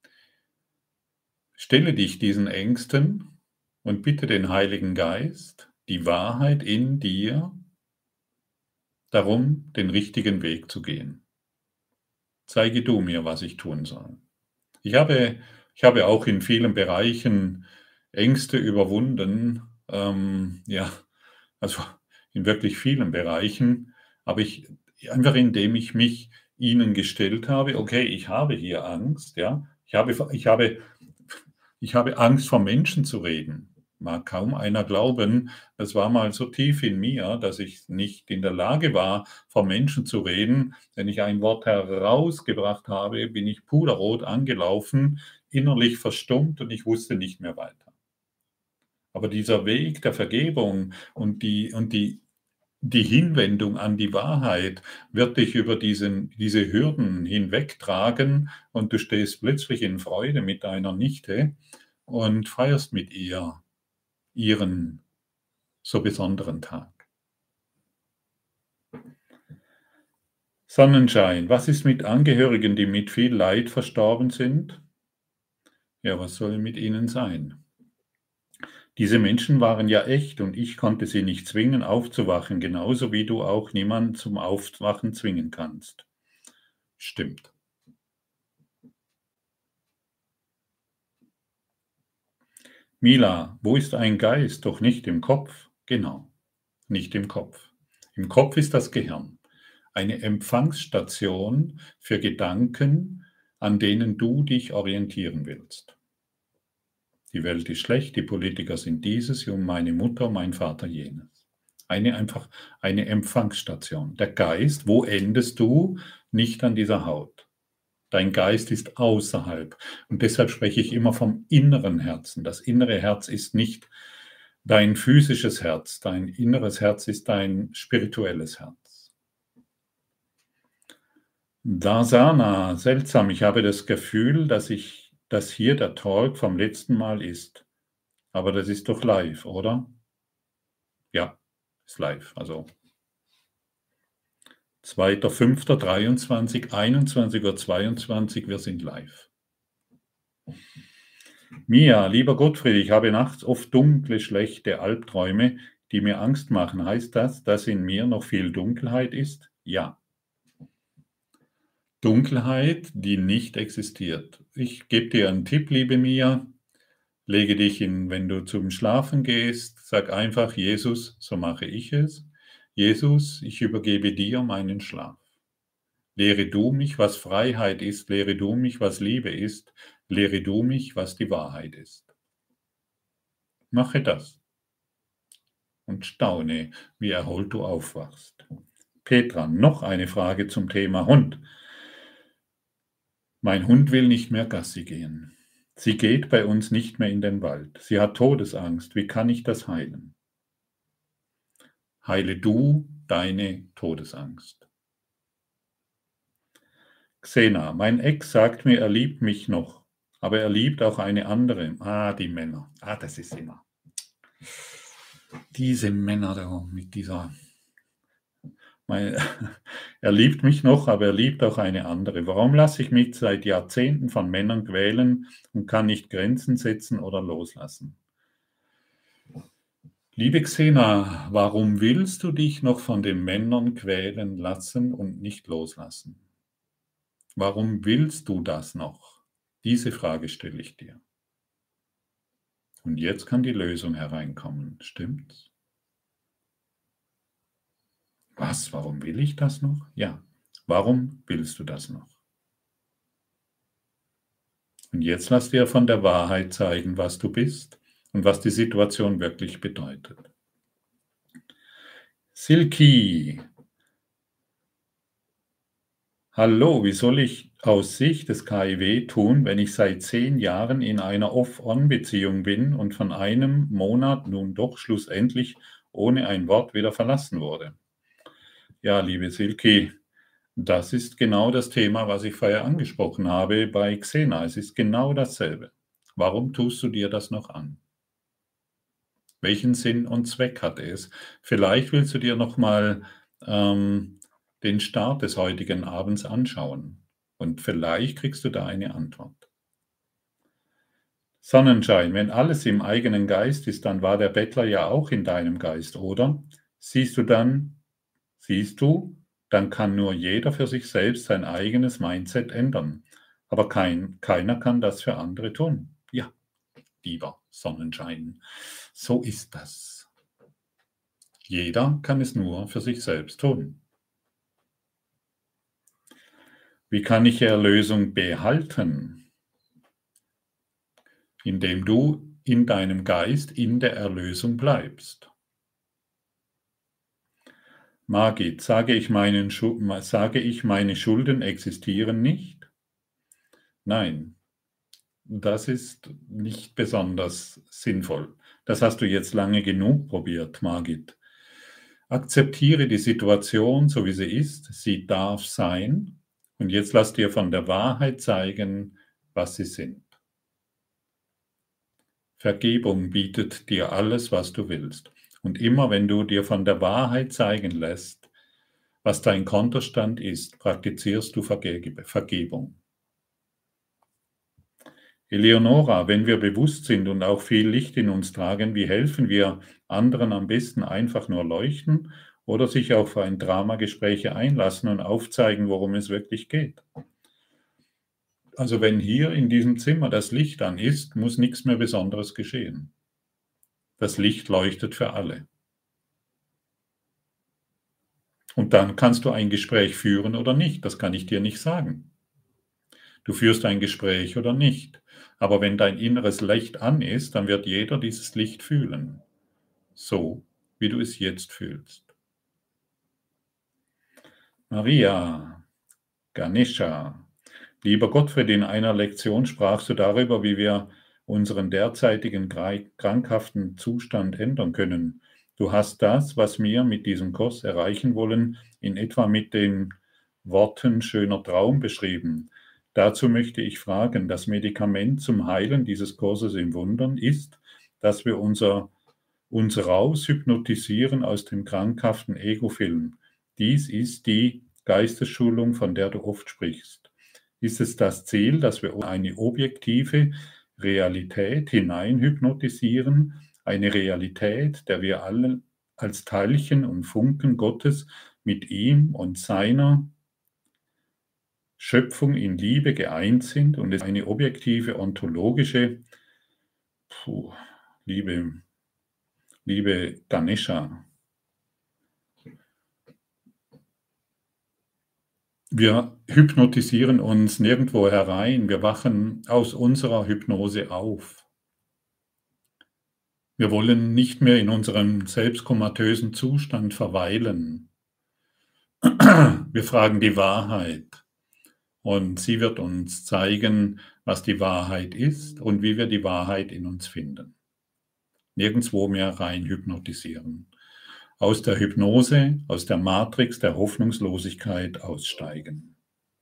Stelle dich diesen Ängsten und bitte den Heiligen Geist, die Wahrheit in dir, darum, den richtigen Weg zu gehen. Zeige du mir, was ich tun soll. Ich habe, ich habe auch in vielen Bereichen Ängste überwunden, ähm, ja, also in wirklich vielen Bereichen, aber ich, einfach indem ich mich ihnen gestellt habe, okay, ich habe hier Angst, ja, ich habe, ich habe, ich habe Angst, vor Menschen zu reden. mag kaum einer glauben, es war mal so tief in mir, dass ich nicht in der Lage war, vor Menschen zu reden. Wenn ich ein Wort herausgebracht habe, bin ich puderrot angelaufen, innerlich verstummt und ich wusste nicht mehr weiter. Aber dieser Weg der Vergebung und die, und die, die Hinwendung an die Wahrheit wird dich über diesen, diese Hürden hinwegtragen und du stehst plötzlich in Freude mit deiner Nichte und feierst mit ihr ihren so besonderen Tag. Sonnenschein. Was ist mit Angehörigen, die mit viel Leid verstorben sind? Ja, was soll mit ihnen sein? Diese Menschen waren ja echt und ich konnte sie nicht zwingen, aufzuwachen, genauso wie du auch niemanden zum Aufwachen zwingen kannst. Stimmt. Mila, wo ist ein Geist? Doch nicht im Kopf. Genau, nicht im Kopf. Im Kopf ist das Gehirn. Eine Empfangsstation für Gedanken, an denen du dich orientieren willst. Die Welt ist schlecht, die Politiker sind dieses, und meine Mutter, mein Vater jenes. Eine einfach eine Empfangsstation. Der Geist, wo endest du? Nicht an dieser Haut. Dein Geist ist außerhalb. Und deshalb spreche ich immer vom inneren Herzen. Das innere Herz ist nicht dein physisches Herz. Dein inneres Herz ist dein spirituelles Herz. Dasana, seltsam. Ich habe das Gefühl, dass ich dass hier der Talk vom letzten Mal ist. Aber das ist doch live, oder? Ja, ist live. Also zweiter fünfter dreiundzwanzig, einundzwanzig Uhr zweiundzwanzig, wir sind live. Mia, lieber Gottfried, ich habe nachts oft dunkle, schlechte Albträume, die mir Angst machen. Heißt das, dass in mir noch viel Dunkelheit ist? Ja. Dunkelheit, die nicht existiert. Ich gebe dir einen Tipp, liebe Mia. Lege dich in, wenn du zum Schlafen gehst, sag einfach, Jesus, so mache ich es. Jesus, ich übergebe dir meinen Schlaf. Lehre du mich, was Freiheit ist, lehre du mich, was Liebe ist, lehre du mich, was die Wahrheit ist. Mache das und staune, wie erholt du aufwachst. Petra, noch eine Frage zum Thema Hund. Mein Hund will nicht mehr Gassi gehen. Sie geht bei uns nicht mehr in den Wald. Sie hat Todesangst. Wie kann ich das heilen? Heile du deine Todesangst. Xena, mein Ex sagt mir, er liebt mich noch, aber er liebt auch eine andere. Ah, die Männer. Ah, das ist immer. Diese Männer da mit dieser... Mein, er liebt mich noch, aber er liebt auch eine andere. Warum lasse ich mich seit Jahrzehnten von Männern quälen und kann nicht Grenzen setzen oder loslassen? Liebe Xena, warum willst du dich noch von den Männern quälen lassen und nicht loslassen? Warum willst du das noch? Diese Frage stelle ich dir. Und jetzt kann die Lösung hereinkommen, stimmt's? Was, warum will ich das noch? Ja, warum willst du das noch? Und jetzt lass dir von der Wahrheit zeigen, was du bist und was die Situation wirklich bedeutet. Silki. Hallo, wie soll ich aus Sicht des K I W tun, wenn ich seit zehn Jahren in einer Off-On-Beziehung bin und von einem Monat nun doch schlussendlich ohne ein Wort wieder verlassen wurde? Ja, liebe Silki, das ist genau das Thema, was ich vorher angesprochen habe bei Xena. Es ist genau dasselbe. Warum tust du dir das noch an? Welchen Sinn und Zweck hat es? Vielleicht willst du dir nochmal ähm, den Start des heutigen Abends anschauen und vielleicht kriegst du da eine Antwort. Sonnenschein, wenn alles im eigenen Geist ist, dann war der Bettler ja auch in deinem Geist, oder? Siehst du dann, siehst du, dann kann nur jeder für sich selbst sein eigenes Mindset ändern. Aber kein, keiner kann das für andere tun. Ja, lieber Sonnenschein, so ist das. Jeder kann es nur für sich selbst tun. Wie kann ich Erlösung behalten? Indem du in deinem Geist in der Erlösung bleibst. Margit, sage ich, meinen, sage ich, meine Schulden existieren nicht? Nein, das ist nicht besonders sinnvoll. Das hast du jetzt lange genug probiert, Margit. Akzeptiere die Situation, so wie sie ist. Sie darf sein. Und jetzt lass dir von der Wahrheit zeigen, was sie sind. Vergebung bietet dir alles, was du willst. Und immer wenn du dir von der Wahrheit zeigen lässt, was dein Kontostand ist, praktizierst du Verge- Vergebung. Eleonora, wenn wir bewusst sind und auch viel Licht in uns tragen, wie helfen wir anderen am besten? Einfach nur leuchten oder sich auf ein Dramagespräche einlassen und aufzeigen, worum es wirklich geht? Also wenn hier in diesem Zimmer das Licht an ist, muss nichts mehr Besonderes geschehen. Das Licht leuchtet für alle. Und dann kannst du ein Gespräch führen oder nicht, das kann ich dir nicht sagen. Du führst ein Gespräch oder nicht. Aber wenn dein inneres Licht an ist, dann wird jeder dieses Licht fühlen. So, wie du es jetzt fühlst. Maria, Ganesha, lieber Gottfried, in einer Lektion sprachst du darüber, wie wir unseren derzeitigen krankhaften Zustand ändern können. Du hast das, was wir mit diesem Kurs erreichen wollen, in etwa mit den Worten schöner Traum beschrieben. Dazu möchte ich fragen, das Medikament zum Heilen dieses Kurses im Wundern ist, dass wir unser, uns raus hypnotisieren aus dem krankhaften Ego-Film. Dies ist die Geistesschulung, von der du oft sprichst. Ist es das Ziel, dass wir eine objektive Realität hinein hypnotisieren, eine Realität, der wir alle als Teilchen und Funken Gottes mit ihm und seiner Schöpfung in Liebe geeint sind und es eine objektive, ontologische, puh, liebe, liebe Ganesha, wir hypnotisieren uns nirgendwo herein, wir wachen aus unserer Hypnose auf. Wir wollen nicht mehr in unserem selbstkomatösen Zustand verweilen. Wir fragen die Wahrheit und sie wird uns zeigen, was die Wahrheit ist und wie wir die Wahrheit in uns finden. Nirgendwo mehr rein hypnotisieren. Aus der Hypnose, aus der Matrix der Hoffnungslosigkeit aussteigen.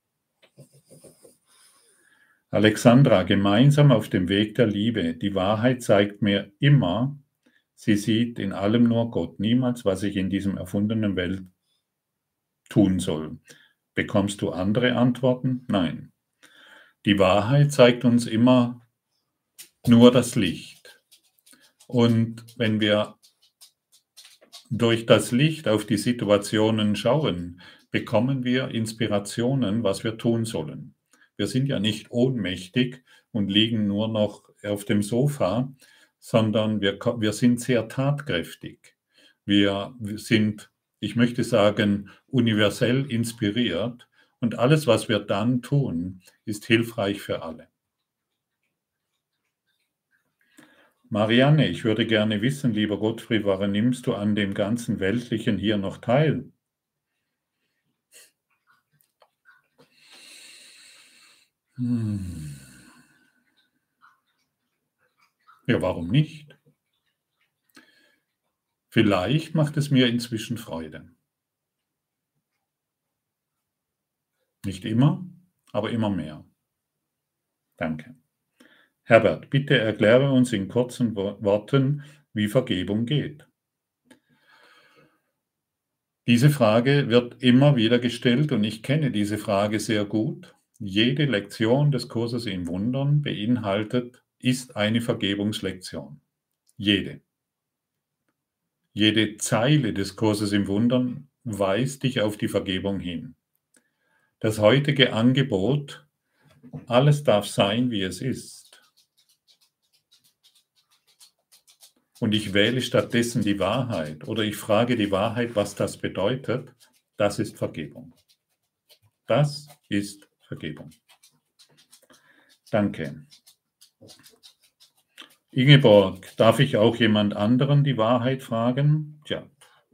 Alexandra, gemeinsam auf dem Weg der Liebe. Die Wahrheit zeigt mir immer, sie sieht in allem nur Gott, niemals, was ich in diesem erfundenen Welt tun soll. Bekommst du andere Antworten? Nein. Die Wahrheit zeigt uns immer nur das Licht. Und wenn wir durch das Licht auf die Situationen schauen, bekommen wir Inspirationen, was wir tun sollen. Wir sind ja nicht ohnmächtig und liegen nur noch auf dem Sofa, sondern wir, wir sind sehr tatkräftig. Wir sind, ich möchte sagen, universell inspiriert und alles, was wir dann tun, ist hilfreich für alle. Marianne, ich würde gerne wissen, lieber Gottfried, warum nimmst du an dem ganzen Weltlichen hier noch teil? Hm. Ja, warum nicht? Vielleicht macht es mir inzwischen Freude. Nicht immer, aber immer mehr. Danke. Herbert, bitte erkläre uns in kurzen Worten, wie Vergebung geht. Diese Frage wird immer wieder gestellt und ich kenne diese Frage sehr gut. Jede Lektion des Kurses in Wundern beinhaltet, ist eine Vergebungslektion. Jede. Jede Zeile des Kurses im Wundern weist dich auf die Vergebung hin. Das heutige Angebot, alles darf sein, wie es ist. Und ich wähle stattdessen die Wahrheit oder ich frage die Wahrheit, was das bedeutet, das ist Vergebung. Das ist Vergebung. Danke. Ingeborg, darf ich auch jemand anderen die Wahrheit fragen? Tja,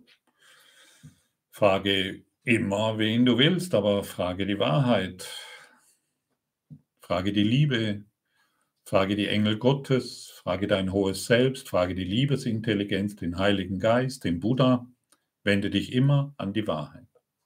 frage immer, wen du willst, aber frage die Wahrheit. Frage die Liebe, frage die Engel Gottes, frage dein hohes Selbst, frage die Liebesintelligenz, den Heiligen Geist, den Buddha. Wende dich immer an die Wahrheit.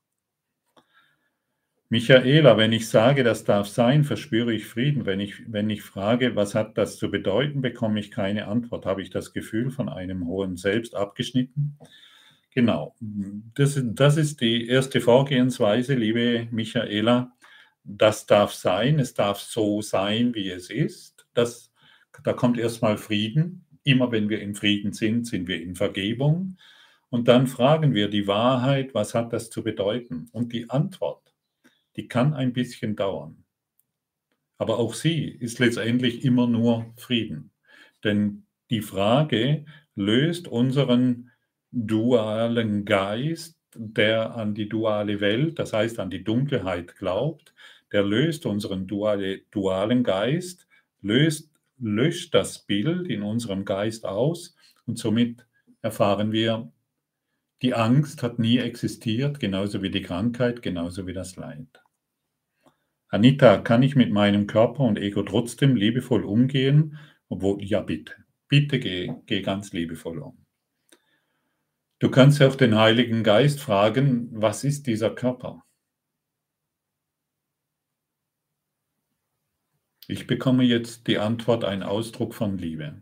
Michaela, wenn ich sage, das darf sein, verspüre ich Frieden. Wenn ich, wenn ich frage, was hat das zu bedeuten, bekomme ich keine Antwort. Habe ich das Gefühl von einem hohen Selbst abgeschnitten? Genau, das, das ist die erste Vorgehensweise, liebe Michaela. Das darf sein, es darf so sein, wie es ist. Das, da kommt erstmal Frieden. Immer wenn wir in Frieden sind, sind wir in Vergebung. Und dann fragen wir die Wahrheit, was hat das zu bedeuten? Und die Antwort, die kann ein bisschen dauern. Aber auch sie ist letztendlich immer nur Frieden. Denn die Frage löst unseren dualen Geist, der an die duale Welt, das heißt an die Dunkelheit glaubt, der löst unseren duale, dualen Geist, löst, löscht das Bild in unserem Geist aus und somit erfahren wir, die Angst hat nie existiert, genauso wie die Krankheit, genauso wie das Leid. Anita, kann ich mit meinem Körper und Ego trotzdem liebevoll umgehen? Obwohl, ja bitte, bitte geh, geh ganz liebevoll um. Du kannst auch den Heiligen Geist fragen, was ist dieser Körper? Ich bekomme jetzt die Antwort, ein Ausdruck von Liebe.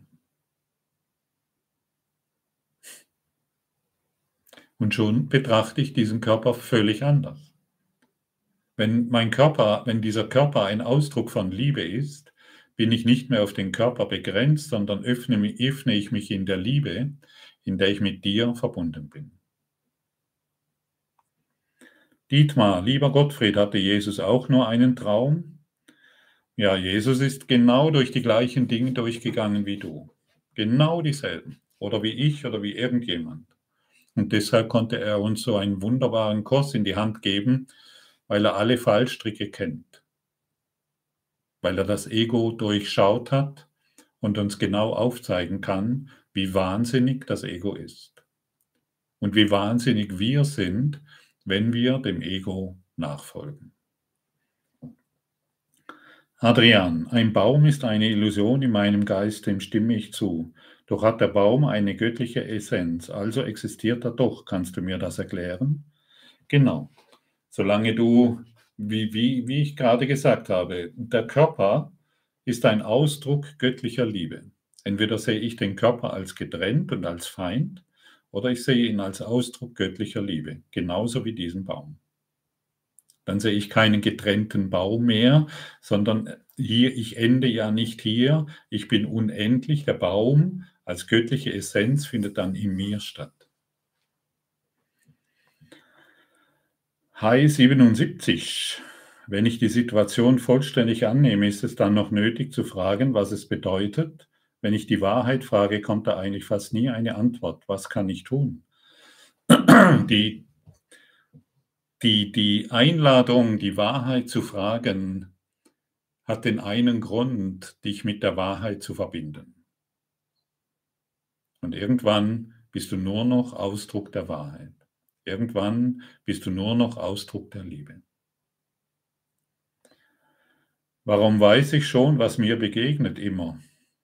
Und schon betrachte ich diesen Körper völlig anders. Wenn mein Körper, wenn dieser Körper ein Ausdruck von Liebe ist, bin ich nicht mehr auf den Körper begrenzt, sondern öffne, öffne ich mich in der Liebe, in der ich mit dir verbunden bin. Dietmar, lieber Gottfried, hatte Jesus auch nur einen Traum? Ja, Jesus ist genau durch die gleichen Dinge durchgegangen wie du. Genau dieselben. Oder wie ich oder wie irgendjemand. Und deshalb konnte er uns so einen wunderbaren Kurs in die Hand geben, weil er alle Fallstricke kennt. Weil er das Ego durchschaut hat und uns genau aufzeigen kann, wie wahnsinnig das Ego ist. Und wie wahnsinnig wir sind, wenn wir dem Ego nachfolgen. Adrian, ein Baum ist eine Illusion in meinem Geist, dem stimme ich zu. Doch hat der Baum eine göttliche Essenz, also existiert er doch. Kannst du mir das erklären? Genau. Solange du, wie, wie, wie ich gerade gesagt habe, der Körper ist ein Ausdruck göttlicher Liebe. Entweder sehe ich den Körper als getrennt und als Feind, oder ich sehe ihn als Ausdruck göttlicher Liebe, genauso wie diesen Baum. Dann sehe ich keinen getrennten Baum mehr, sondern hier, ich ende ja nicht hier, ich bin unendlich, der Baum als göttliche Essenz findet dann in mir statt. Hi siebenundsiebzig. Wenn ich die Situation vollständig annehme, ist es dann noch nötig zu fragen, was es bedeutet? Wenn ich die Wahrheit frage, kommt da eigentlich fast nie eine Antwort. Was kann ich tun? Die, die, die Einladung, die Wahrheit zu fragen, hat den einen Grund, dich mit der Wahrheit zu verbinden. Und irgendwann bist du nur noch Ausdruck der Wahrheit. Irgendwann bist du nur noch Ausdruck der Liebe. Warum weiß ich schon, was mir begegnet immer?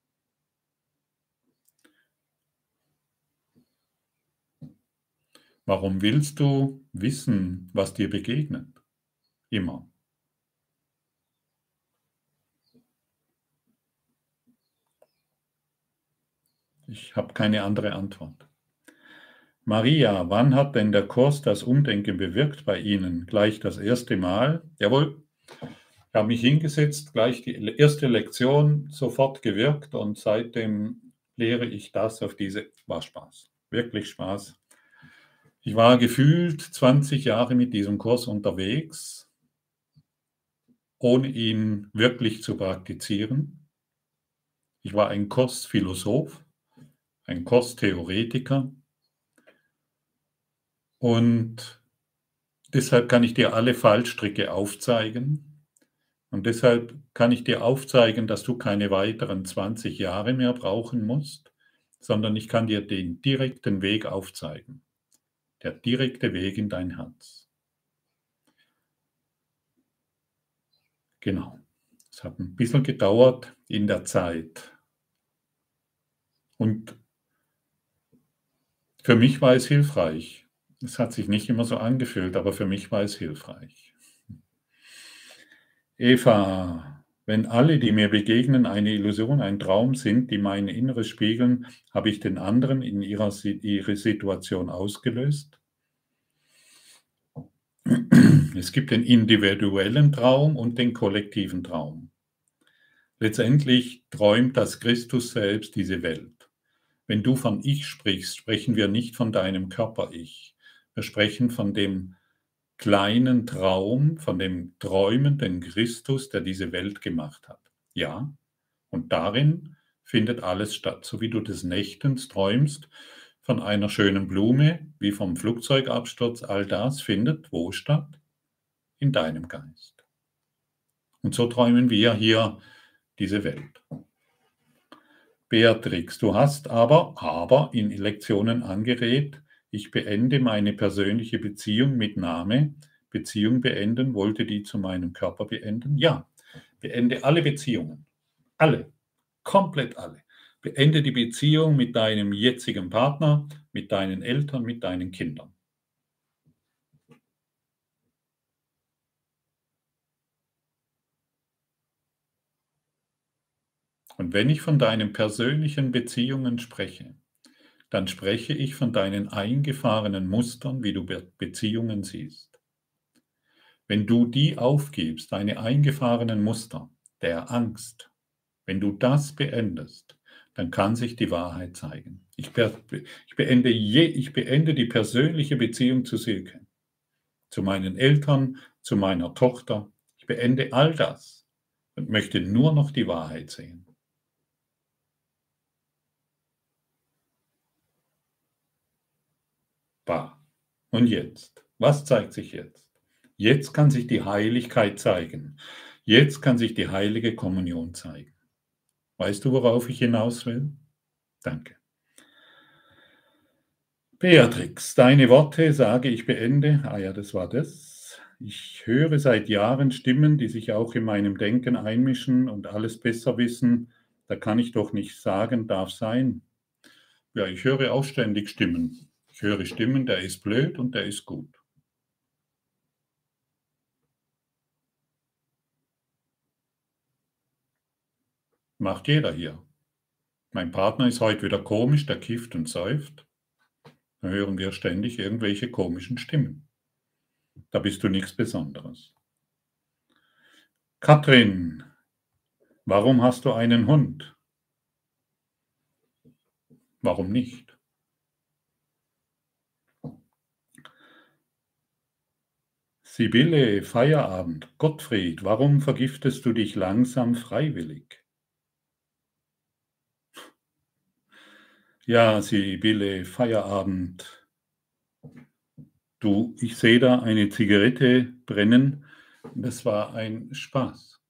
Warum willst du wissen, was dir begegnet? Immer. Ich habe keine andere Antwort. Maria, wann hat denn der Kurs das Umdenken bewirkt bei Ihnen? Gleich das erste Mal? Jawohl. Ich habe mich hingesetzt, gleich die erste Lektion sofort gewirkt und seitdem lehre ich das auf diese, war Spaß, wirklich Spaß. Ich war gefühlt zwanzig Jahre mit diesem Kurs unterwegs, ohne ihn wirklich zu praktizieren. Ich war ein Kursphilosoph, ein Kurstheoretiker und deshalb kann ich dir alle Fallstricke aufzeigen, Und deshalb kann ich dir aufzeigen, dass du keine weiteren zwanzig Jahre mehr brauchen musst, sondern ich kann dir den direkten Weg aufzeigen. Der direkte Weg in dein Herz. Genau. Es hat ein bisschen gedauert in der Zeit. Und für mich war es hilfreich. Es hat sich nicht immer so angefühlt, aber für mich war es hilfreich. Eva, wenn alle, die mir begegnen, eine Illusion, ein Traum sind, die mein Inneres spiegeln, habe ich den anderen in ihrer, Si- ihre Situation ausgelöst? Es gibt den individuellen Traum und den kollektiven Traum. Letztendlich träumt das Christus selbst diese Welt. Wenn du von Ich sprichst, sprechen wir nicht von deinem Körper-Ich. Wir sprechen von dem kleinen Traum, von dem träumenden Christus, der diese Welt gemacht hat. Ja, und darin findet alles statt, so wie du des Nächtens träumst von einer schönen Blume, wie vom Flugzeugabsturz, all das findet wo statt? In deinem Geist. Und so träumen wir hier diese Welt. Beatrix, du hast aber, aber in Lektionen angeregt, ich beende meine persönliche Beziehung mit Name. Beziehung beenden, wollte die zu meinem Körper beenden? Ja, beende alle Beziehungen. Alle. Komplett alle. Beende die Beziehung mit deinem jetzigen Partner, mit deinen Eltern, mit deinen Kindern. Und wenn ich von deinen persönlichen Beziehungen spreche, dann spreche ich von deinen eingefahrenen Mustern, wie du Be Beziehungen siehst. Wenn du die aufgibst, deine eingefahrenen Muster der Angst, wenn du das beendest, dann kann sich die Wahrheit zeigen. Ich, be ich, beende, je, ich beende die persönliche Beziehung zu Silke, zu meinen Eltern, zu meiner Tochter. Ich beende all das und möchte nur noch die Wahrheit sehen. Bah. Und jetzt? Was zeigt sich jetzt? Jetzt kann sich die Heiligkeit zeigen. Jetzt kann sich die heilige Kommunion zeigen. Weißt du, worauf ich hinaus will? Danke. Beatrix, deine Worte sage ich beende. Ah ja, das war das. Ich höre seit Jahren Stimmen, die sich auch in meinem Denken einmischen und alles besser wissen. Da kann ich doch nicht sagen, darf sein. Ja, ich höre auch ständig Stimmen. Ich höre Stimmen, der ist blöd und der ist gut. Macht jeder hier. Mein Partner ist heute wieder komisch, der kifft und säuft. Da hören wir ständig irgendwelche komischen Stimmen. Da bist du nichts Besonderes. Katrin, warum hast du einen Hund? Warum nicht? Sibylle, Feierabend. Gottfried, warum vergiftest du dich langsam freiwillig? Ja, Sibylle, Feierabend. Du, ich sehe da eine Zigarette brennen. Das war ein Spaß.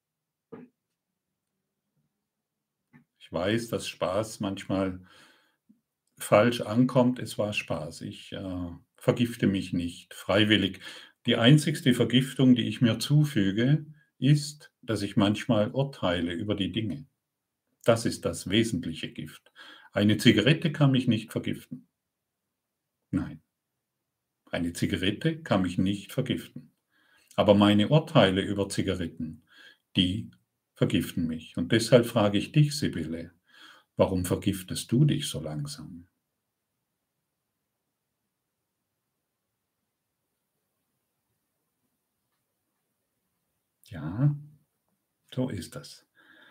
Ich weiß, dass Spaß manchmal falsch ankommt. Es war Spaß. Ich äh, vergifte mich nicht freiwillig. Die einzigste Vergiftung, die ich mir zufüge, ist, dass ich manchmal urteile über die Dinge. Das ist das wesentliche Gift. Eine Zigarette kann mich nicht vergiften. Nein, eine Zigarette kann mich nicht vergiften. Aber meine Urteile über Zigaretten, die vergiften mich. Und deshalb frage ich dich, Sibylle, warum vergiftest du dich so langsam? Ja, so ist das.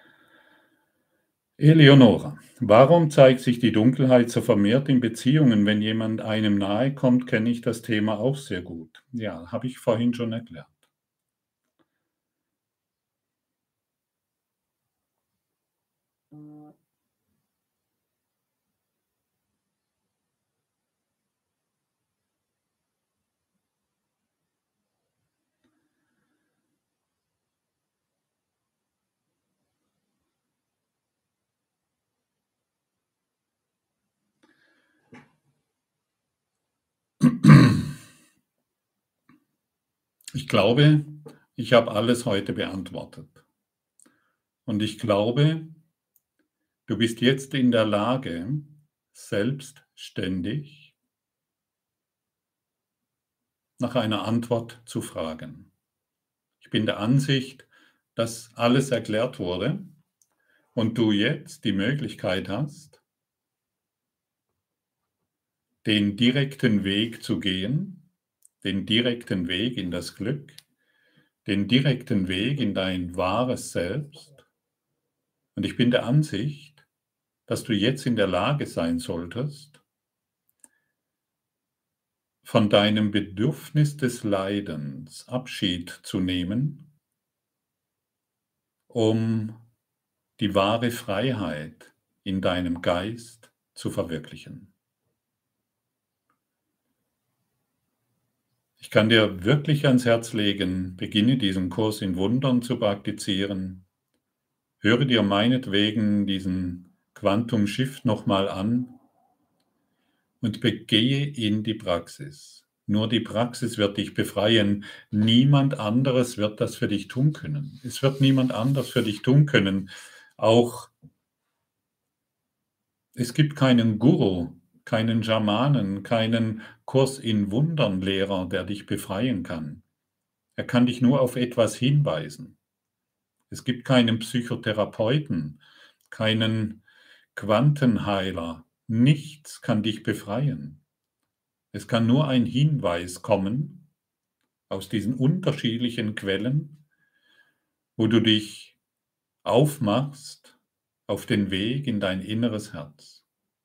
Eleonora, warum zeigt sich die Dunkelheit so vermehrt in Beziehungen? Wenn jemand einem nahe kommt, kenne ich das Thema auch sehr gut. Ja, habe ich vorhin schon erklärt. Ich glaube, ich habe alles heute beantwortet. Und ich glaube, du bist jetzt in der Lage, selbstständig nach einer Antwort zu fragen. Ich bin der Ansicht, dass alles erklärt wurde und du jetzt die Möglichkeit hast, den direkten Weg zu gehen, den direkten Weg in das Glück, den direkten Weg in dein wahres Selbst. Und ich bin der Ansicht, dass du jetzt in der Lage sein solltest, von deinem Bedürfnis des Leidens Abschied zu nehmen, um die wahre Freiheit in deinem Geist zu verwirklichen. Ich kann dir wirklich ans Herz legen, beginne diesen Kurs in Wundern zu praktizieren. Höre dir meinetwegen diesen Quantum Shift nochmal an und begehe in die Praxis. Nur die Praxis wird dich befreien. Niemand anderes wird das für dich tun können. Es wird niemand anders für dich tun können. Auch es gibt keinen Guru, keinen Schamanen, keinen Kurs in Wundern Lehrer, der dich befreien kann. Er kann dich nur auf etwas hinweisen. Es gibt keinen Psychotherapeuten, keinen Quantenheiler. Nichts kann dich befreien. Es kann nur ein Hinweis kommen aus diesen unterschiedlichen Quellen, wo du dich aufmachst auf den Weg in dein inneres Herz,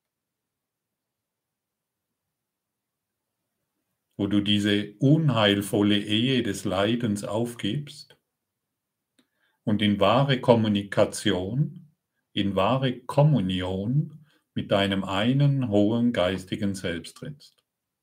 wo du diese unheilvolle Ehe des Leidens aufgibst und in wahre Kommunikation, in wahre Kommunion mit deinem einen hohen geistigen Selbst trittst.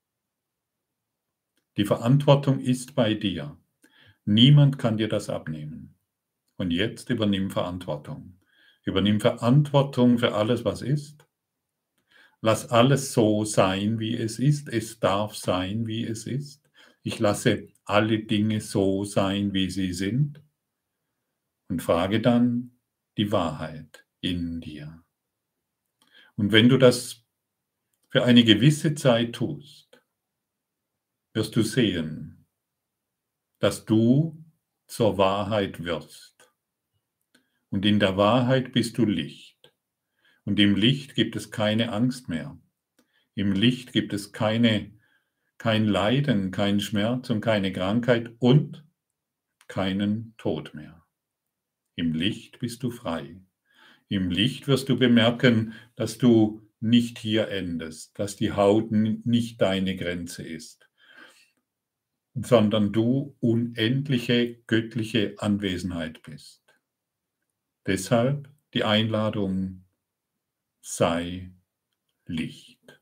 Die Verantwortung ist bei dir. Niemand kann dir das abnehmen. Und jetzt übernimm Verantwortung. Übernimm Verantwortung für alles, was ist. Lass alles so sein, wie es ist. Es darf sein, wie es ist. Ich lasse alle Dinge so sein, wie sie sind. Und frage dann die Wahrheit in dir. Und wenn du das für eine gewisse Zeit tust, wirst du sehen, dass du zur Wahrheit wirst. Und in der Wahrheit bist du Licht. Und im Licht gibt es keine Angst mehr. Im Licht gibt es keine, kein Leiden, kein Schmerz und keine Krankheit und keinen Tod mehr. Im Licht bist du frei. Im Licht wirst du bemerken, dass du nicht hier endest, dass die Haut nicht deine Grenze ist, sondern du unendliche göttliche Anwesenheit bist. Deshalb die Einladung, sei Licht.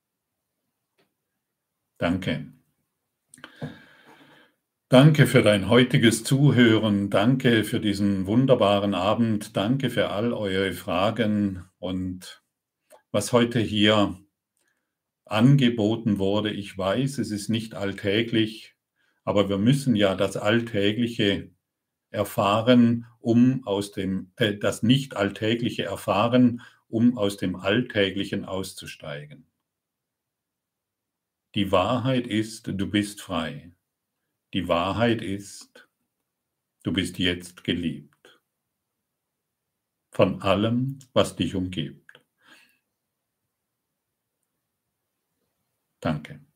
Danke. Danke für dein heutiges Zuhören. Danke für diesen wunderbaren Abend. Danke für all eure Fragen und was heute hier angeboten wurde. Ich weiß, es ist nicht alltäglich, aber wir müssen ja das Alltägliche erfahren, um aus dem, äh, das Nicht-Alltägliche erfahren, um aus dem Alltäglichen auszusteigen. Die Wahrheit ist, du bist frei. Die Wahrheit ist, du bist jetzt geliebt. Von allem, was dich umgibt. Danke.